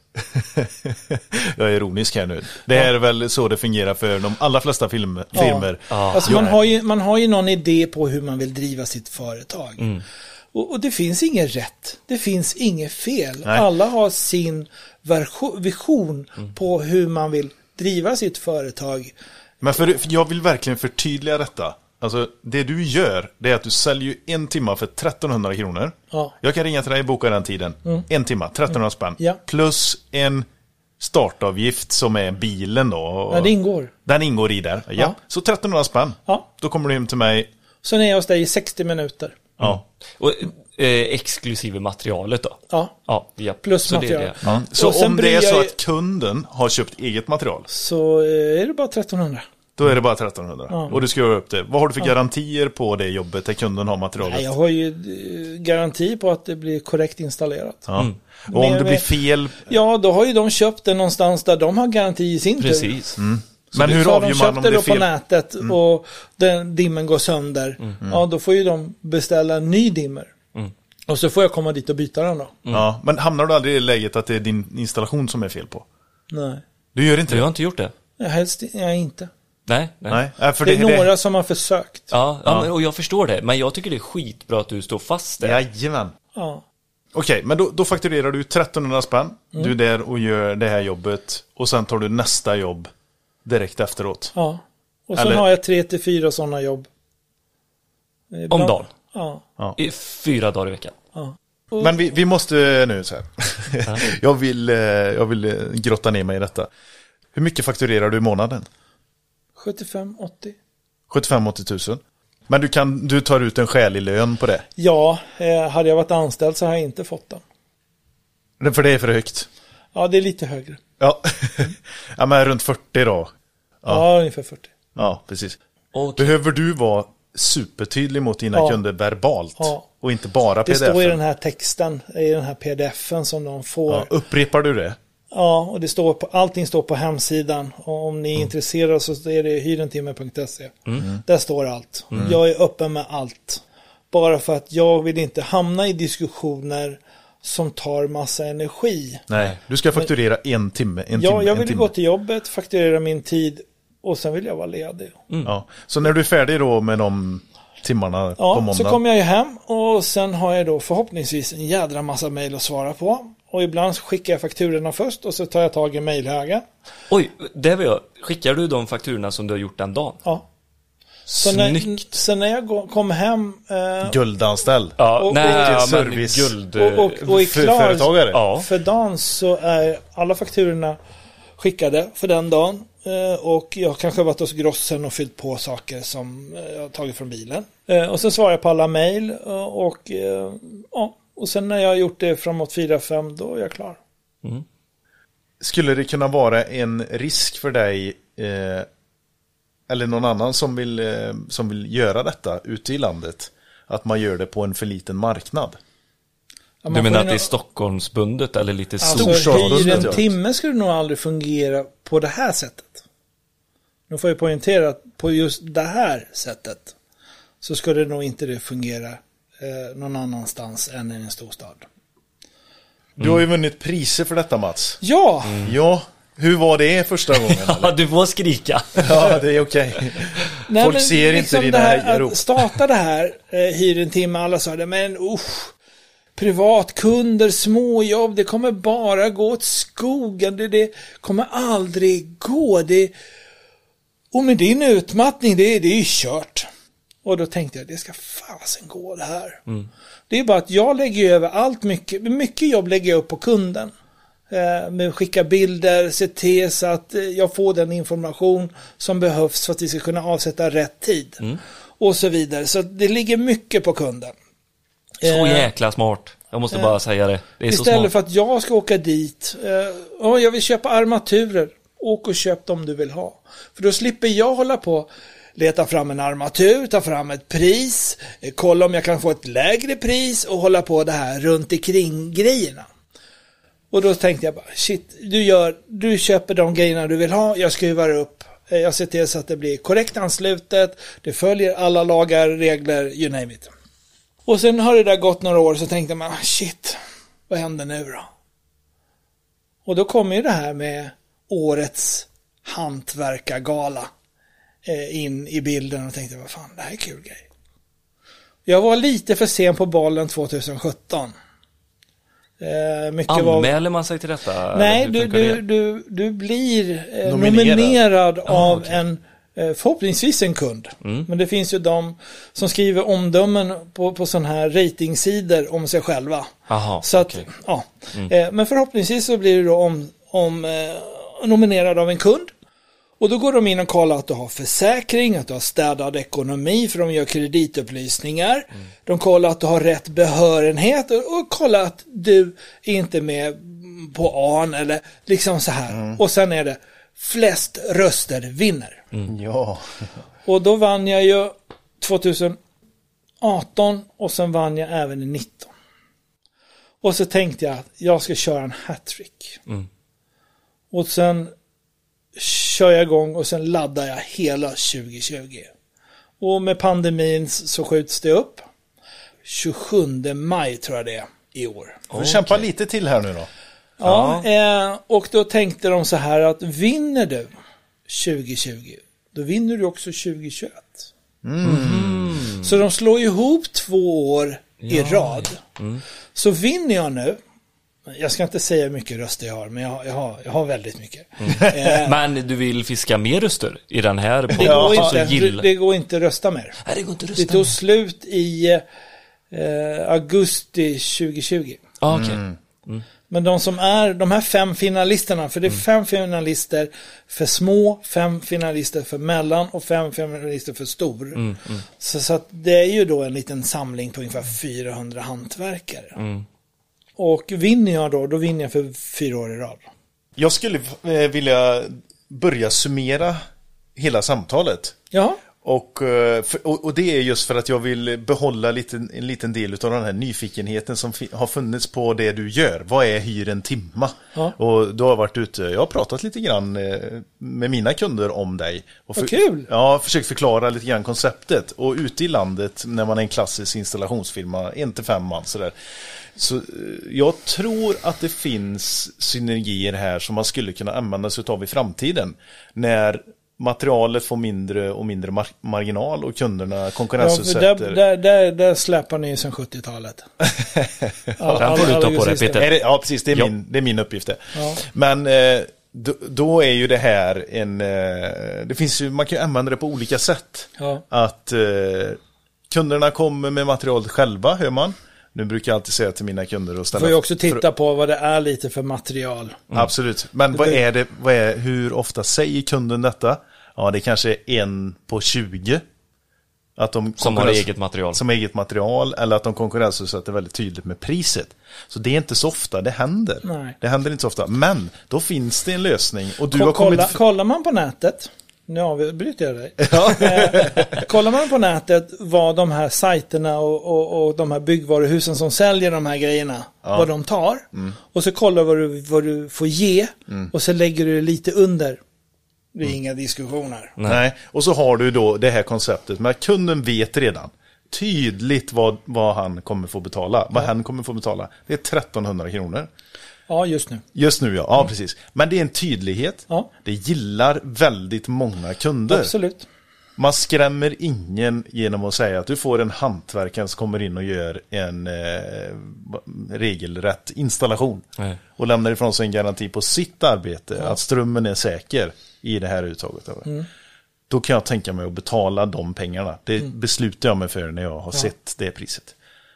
[SPEAKER 1] Jag är ironisk här nu. Det är väl så det fungerar för de allra flesta filmer.
[SPEAKER 4] Alltså man har ju någon idé på hur man vill driva sitt företag. Och det finns inget rätt. Det finns inget fel.
[SPEAKER 1] Nej.
[SPEAKER 4] Alla har sin vision på hur man vill driva sitt företag.
[SPEAKER 1] Men för jag vill verkligen förtydliga detta. Alltså, det du gör, det är att du säljer 1 timme för 1300 kronor.
[SPEAKER 4] Ja.
[SPEAKER 1] Jag kan ringa till dig och boka den tiden. 1 timme, 1300 spänn.
[SPEAKER 4] Ja.
[SPEAKER 1] Plus en startavgift som är bilen då.
[SPEAKER 4] Ja, det ingår.
[SPEAKER 1] Den ingår i där. Ja. Så 1300 spänn.
[SPEAKER 4] Ja.
[SPEAKER 1] Då kommer du hem till mig.
[SPEAKER 4] Så är jag hos dig i 60 minuter.
[SPEAKER 1] Ja.
[SPEAKER 5] Och exklusive materialet då?
[SPEAKER 4] Ja. Plus
[SPEAKER 5] så
[SPEAKER 4] material.
[SPEAKER 5] Det är det.
[SPEAKER 1] Ja. Så
[SPEAKER 4] Och sen
[SPEAKER 1] om det är
[SPEAKER 4] bryr
[SPEAKER 1] så
[SPEAKER 4] jag-
[SPEAKER 1] att kunden har köpt eget material,
[SPEAKER 4] Så är det bara 1300.
[SPEAKER 1] då är det bara 1300.
[SPEAKER 4] Ja.
[SPEAKER 1] Och du ska göra upp det. Vad har du för garantier på det jobbet där kunden har materialet?
[SPEAKER 4] Nej, jag har ju garanti på att det blir korrekt installerat.
[SPEAKER 1] Ja. Och om det blir fel...
[SPEAKER 4] Ja, då har ju de köpt det någonstans där de har garanti i sin tur.
[SPEAKER 5] Precis.
[SPEAKER 1] Men hur
[SPEAKER 4] Så har
[SPEAKER 1] avgör
[SPEAKER 4] de
[SPEAKER 1] man
[SPEAKER 4] köpt
[SPEAKER 1] om
[SPEAKER 4] det
[SPEAKER 1] det är
[SPEAKER 4] då på
[SPEAKER 1] fel?
[SPEAKER 4] nätet och den dimmen går sönder. Ja, då får ju de beställa en ny dimmer. Och så får jag komma dit och byta den då.
[SPEAKER 1] Ja, men hamnar du aldrig i läget att det är din installation som är fel på?
[SPEAKER 4] Nej,
[SPEAKER 1] Du gör inte
[SPEAKER 5] Du
[SPEAKER 1] det?
[SPEAKER 5] har inte gjort det?
[SPEAKER 4] helst inte.
[SPEAKER 5] Nej.
[SPEAKER 1] Nej, för
[SPEAKER 4] Det är några som har försökt.
[SPEAKER 5] Ja. Men, och jag förstår det. Men jag tycker det är skitbra att du står fast där.
[SPEAKER 1] Jajamän.
[SPEAKER 4] Ja.
[SPEAKER 1] Okej, men då fakturerar du 1300 spänn. Du är där och gör det här jobbet. Och sen tar du nästa jobb direkt efteråt.
[SPEAKER 4] Ja. Och sen
[SPEAKER 1] Eller-
[SPEAKER 4] har jag 3 till 4 sådana jobb.
[SPEAKER 5] Om dagen.
[SPEAKER 4] Ja.
[SPEAKER 5] I 4 dagar i veckan.
[SPEAKER 1] Men vi måste nu så här. jag vill grotta ner mig i detta. Hur mycket fakturerar du i månaden?
[SPEAKER 4] 75-80.
[SPEAKER 1] 75-80 000. Men du tar ut en skälig lön på det.
[SPEAKER 4] Ja, hade jag varit anställd så har jag inte fått den.
[SPEAKER 1] För det är för högt.
[SPEAKER 4] Ja, det är lite högre.
[SPEAKER 1] Ja, ja men runt 40 då.
[SPEAKER 4] Ja, ungefär 40.
[SPEAKER 1] Ja, precis.
[SPEAKER 5] Okej.
[SPEAKER 1] Behöver du vara supertydlig mot dina kunder verbalt?
[SPEAKER 4] Ja.
[SPEAKER 1] Och inte bara
[SPEAKER 4] Det
[SPEAKER 1] pdf?
[SPEAKER 4] står i den här texten, i den här pdf-en som de får.
[SPEAKER 1] Ja, upprepar du det?
[SPEAKER 4] Ja, och det står allting står på hemsidan. Och om ni är intresserade så är det hyrentimme.se. Där står allt. Jag är öppen med allt. Bara för att jag vill inte hamna i diskussioner som tar massa energi.
[SPEAKER 1] Nej, du ska fakturera en timme.
[SPEAKER 4] Jag vill gå till jobbet, fakturera min tid och sen vill jag vara ledig.
[SPEAKER 1] Ja. Så när du är färdig då med de timmarna på
[SPEAKER 4] Ja,
[SPEAKER 1] måndag?
[SPEAKER 4] så kommer jag ju hem och sen har jag då förhoppningsvis en jädra massa mejl att svara på. Och ibland skickar jag fakturorna först och så tar jag tag i mejlhögen.
[SPEAKER 5] Oj, det var jag. Skickar du de fakturorna som du har gjort den dagen?
[SPEAKER 4] Ja.
[SPEAKER 5] Snyggt.
[SPEAKER 4] Sen när jag kom hem
[SPEAKER 1] Guldanställd.
[SPEAKER 5] Ja,
[SPEAKER 4] och-
[SPEAKER 5] nej,
[SPEAKER 1] och
[SPEAKER 5] men
[SPEAKER 1] service.
[SPEAKER 5] guld.
[SPEAKER 4] och är klar
[SPEAKER 1] Företagare.
[SPEAKER 5] Ja.
[SPEAKER 4] för dagen så är alla fakturorna skickade för den dagen. Och jag kanske har varit hos grossen och fyllt på saker som jag har tagit från bilen. Och sen svarar jag på alla mejl och sen när jag har gjort det framåt 4-5 då är jag klar.
[SPEAKER 1] Skulle det kunna vara en risk för dig eller någon annan som vill göra detta ute i landet, att man gör det på en för liten marknad?
[SPEAKER 4] Ja,
[SPEAKER 5] Du
[SPEAKER 4] man
[SPEAKER 5] menar
[SPEAKER 4] får
[SPEAKER 5] att
[SPEAKER 4] ju
[SPEAKER 5] det är
[SPEAKER 4] nå-
[SPEAKER 5] Stockholmsbundet eller lite
[SPEAKER 4] Alltså
[SPEAKER 1] Storstadsbundet,
[SPEAKER 4] hyr en
[SPEAKER 1] ja.
[SPEAKER 4] timme skulle nog aldrig fungera på det här sättet. Nu får jag poängtera att på just det här sättet så skulle nog inte det fungera någon annanstans än i en storstad.
[SPEAKER 1] Du har ju vunnit priser för detta, Mats.
[SPEAKER 4] Ja,
[SPEAKER 1] Ja, hur var det första gången?
[SPEAKER 5] Ja,
[SPEAKER 1] Eller?
[SPEAKER 5] du får skrika.
[SPEAKER 1] Ja, det är okej.
[SPEAKER 4] nej,
[SPEAKER 1] Folk
[SPEAKER 4] men
[SPEAKER 1] ser
[SPEAKER 4] liksom
[SPEAKER 1] inte dina
[SPEAKER 4] det här
[SPEAKER 1] hejarop.
[SPEAKER 4] att starta det här, hyr en timme, alla sa det, men privatkunder, småjobb, det kommer bara gå åt skogen, det kommer aldrig gå, och med din utmattning, det är ju kört. Och då tänkte jag, det ska fasen gå det här. Det är bara att jag lägger över allt mycket jobb lägger jag upp på kunden. Med att skicka bilder, se till så att jag får den information som behövs för att vi ska kunna avsätta rätt tid. Och så vidare. Så det ligger mycket på kunden.
[SPEAKER 5] Så jäkla smart. Jag måste bara säga det. Det är så
[SPEAKER 4] Istället
[SPEAKER 5] smart.
[SPEAKER 4] för att jag ska åka dit. Jag vill köpa armaturer. Åk och köp dem du vill ha. För då slipper jag hålla på leta fram en armatur, ta fram ett pris, kolla om jag kan få ett lägre pris och hålla på det här runt omkring grejerna. Och då tänkte jag bara, shit, du köper de grejerna du vill ha, jag skruvar upp, jag ser till så att det blir korrekt anslutet, det följer alla lagar, regler, you name it. Och sen har det där gått några år så tänkte man, shit, vad händer nu då? Och då kommer ju det här med årets hantverkargala in i bilden och tänkte, vad fan, det här är kul grej. Jag var lite för sen på bollen 2017.
[SPEAKER 5] Anmäler man sig till detta?
[SPEAKER 4] Nej, du blir nominerad av en förhoppningsvis en kund. Men det finns ju de som skriver omdömen på sån här ratingsidor om sig själva.
[SPEAKER 5] Aha,
[SPEAKER 4] så att, ja. Men förhoppningsvis så blir du då nominerad av en kund. Och då går de in och kollar att du har försäkring, att du har städad ekonomi, för de gör kreditupplysningar. De kollar att du har rätt behörenhet och kollar att du är inte med på AN eller liksom så här. Och sen är det flest röster vinner.
[SPEAKER 1] Ja.
[SPEAKER 4] Och då vann jag ju 2018 och sen vann jag även i 19. Och så tänkte jag att jag ska köra en hattrick. Och sen kör jag igång och sen laddar jag hela 2020. Och med pandemin så skjuts det upp. 27 maj tror jag det är i år.
[SPEAKER 1] Får kämpa lite till här nu då.
[SPEAKER 4] Ja, och då tänkte de så här att vinner du 2020, då vinner du också 2021. Så de slår ihop 2 år i rad. Så vinner jag nu. Jag ska inte säga hur mycket röster jag har, men jag har väldigt mycket.
[SPEAKER 5] Men du vill fiska mer röster i den här
[SPEAKER 4] det går inte att rösta mer.
[SPEAKER 5] Nej, det går inte att rösta.
[SPEAKER 4] Det tog slut i augusti 2020.
[SPEAKER 5] Okej.
[SPEAKER 4] Men de här 5 finalisterna, för det är 5 finalister för små, 5 finalister för mellan och 5 finalister för stor. Så att det är ju då en liten samling på ungefär 400 hantverkare. Och vinner jag då vinner jag för 4 år i rad. Jag
[SPEAKER 1] skulle vilja börja summera hela samtalet.
[SPEAKER 4] Ja.
[SPEAKER 1] Och det är just för att jag vill behålla en liten del av den här nyfikenheten som har funnits på det du gör. Vad är hyr en timma? Ja. Och du har varit ute, jag har pratat lite grann med mina kunder om dig. Och
[SPEAKER 4] kul!
[SPEAKER 1] Ja, försökt förklara lite grann konceptet. Och ute i landet, när man är en klassisk installationsfirma, 1-5 man sådär. Så jag tror att det finns synergier här som man skulle kunna använda sig av i framtiden. När materialet får mindre och mindre marginal och kunderna konkurrensutsätter.
[SPEAKER 4] Ja, där släpar ni sedan 70-talet.
[SPEAKER 5] Den får du ta på dig, Peter.
[SPEAKER 1] Ja, precis. Det är min uppgift. Ja. Men då är ju det här det finns ju, man kan ju använda det på olika sätt. Ja. Att kunderna kommer med materialet själva, hör man. Nu brukar jag alltid säga till mina kunder och ställa.
[SPEAKER 4] Får ju också titta på vad det är lite för material.
[SPEAKER 1] Absolut. Men vad är hur ofta säger kunden detta? Ja, det kanske är 1 på 20. Att de
[SPEAKER 5] som har eget material.
[SPEAKER 1] Som eget material, eller att de konkurrensutsätter väldigt tydligt med priset. Så det är inte så ofta det händer.
[SPEAKER 4] Nej.
[SPEAKER 1] Det händer inte så ofta. Men då finns det en lösning. Och du
[SPEAKER 4] kollar man på nätet. Nu avbryter jag dig. Ja. Kollar man på nätet vad de här sajterna och de här byggvaruhusen som säljer de här grejerna, vad de tar. Och så kollar vad du får ge. Och så lägger du lite under. Det är inga diskussioner.
[SPEAKER 1] Nej. Och så har du då det här konceptet. Men kunden vet redan tydligt vad han kommer få betala. Vad han kommer få betala. Det är 1300 kronor.
[SPEAKER 4] Ja, just nu.
[SPEAKER 1] Just nu, ja. Ja, precis. Men det är en tydlighet. Ja. Det gillar väldigt många kunder.
[SPEAKER 4] Absolut.
[SPEAKER 1] Man skrämmer ingen genom att säga att du får en hantverkare som kommer in och gör en regelrätt installation. Nej. Och lämnar ifrån sig en garanti på sitt arbete att strömmen är säker i det här uttaget. Då kan jag tänka mig att betala de pengarna. Det beslutar jag mig för när jag har sett det priset.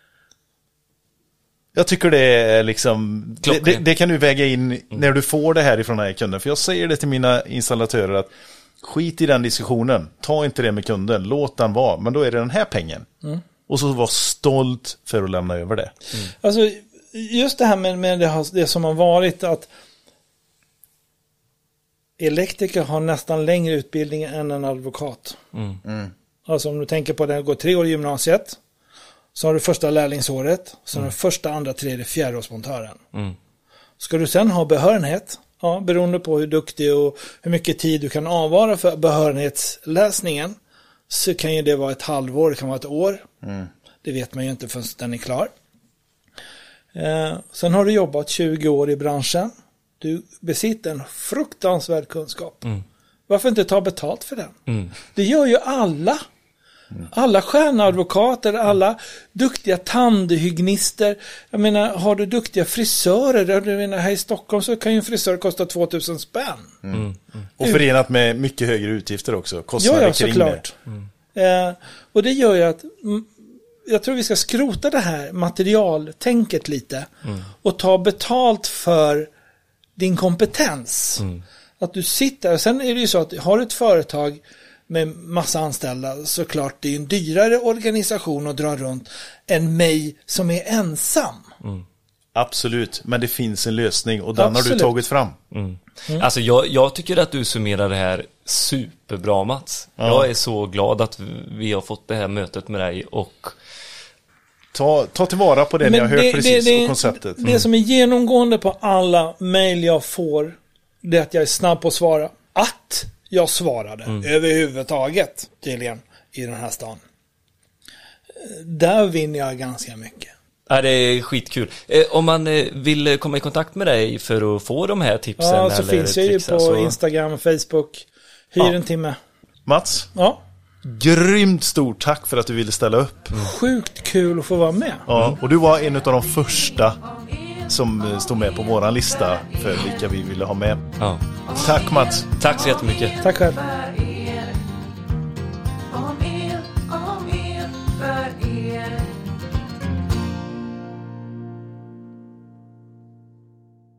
[SPEAKER 1] Jag tycker det är liksom det kan du väga in när du får det här ifrån den här kunden. För jag säger det till mina installatörer att skit i den diskussionen. Ta inte det med kunden. Låt den vara. Men då är det den här pengen. Och så var stolt för att lämna över det.
[SPEAKER 4] Alltså just det här med det som har varit att elektriker har nästan längre utbildning än en advokat. Alltså om du tänker på det, går 3 år i gymnasiet. Så har du första lärlingsåret. Så har du första, andra, tredje, fjärdeårsmontören. Ska du sen ha behörenhet, beroende på hur duktig och hur mycket tid du kan avvara för behörighetsläsningen, så kan ju det vara ett halvår, det kan vara ett år. Det vet man ju inte förrän den är klar. Sen har du jobbat 20 år i branschen. Du besitter en fruktansvärd kunskap. Varför inte ta betalt för den? Det gör ju alla. Alla stjärnadvokater, alla duktiga tandhygienister. Jag menar, har du duktiga frisörer? Jag menar, här i Stockholm så kan ju en frisör kosta 2000 spänn.
[SPEAKER 1] Och förenat med mycket högre utgifter också. Kostnader
[SPEAKER 4] Ja,
[SPEAKER 1] kring
[SPEAKER 4] såklart.
[SPEAKER 1] det.
[SPEAKER 4] Och det gör ju att jag tror vi ska skrota det här materialtänket lite och ta betalt för din kompetens. Att du sitter, och sen är det ju så att har du ett företag med massa anställda, såklart det är en dyrare organisation att dra runt än mig som är ensam.
[SPEAKER 1] Absolut, men det finns en lösning och den
[SPEAKER 4] Absolut.
[SPEAKER 1] har du tagit fram.
[SPEAKER 5] Alltså jag tycker att du summerar det här superbra, Mats. Jag är så glad att vi har fått det här mötet med dig och
[SPEAKER 1] Ta tillvara på det ni har hört precis och konceptet.
[SPEAKER 4] Det som är genomgående på alla mejl jag får, det är att jag är snabb på att svara. Att jag svarade överhuvudtaget tydligen i den här stan. Där vinner jag ganska mycket.
[SPEAKER 5] Ja, det är skitkul. Om man vill komma i kontakt med dig för att få de här tipsen
[SPEAKER 4] Ja, så
[SPEAKER 5] eller
[SPEAKER 4] finns jag ju
[SPEAKER 5] tricksa,
[SPEAKER 4] på Instagram, Facebook. Hyr en timme.
[SPEAKER 1] Mats,
[SPEAKER 4] Ja,
[SPEAKER 1] grymt stort tack för att du ville ställa upp.
[SPEAKER 4] sjukt kul att få vara med.
[SPEAKER 1] Ja, och du var en av de första som stod med på våran lista för vilka vi ville ha med.
[SPEAKER 5] Ja.
[SPEAKER 1] Tack Mats.
[SPEAKER 5] Tack så jättemycket.
[SPEAKER 4] Tack själv.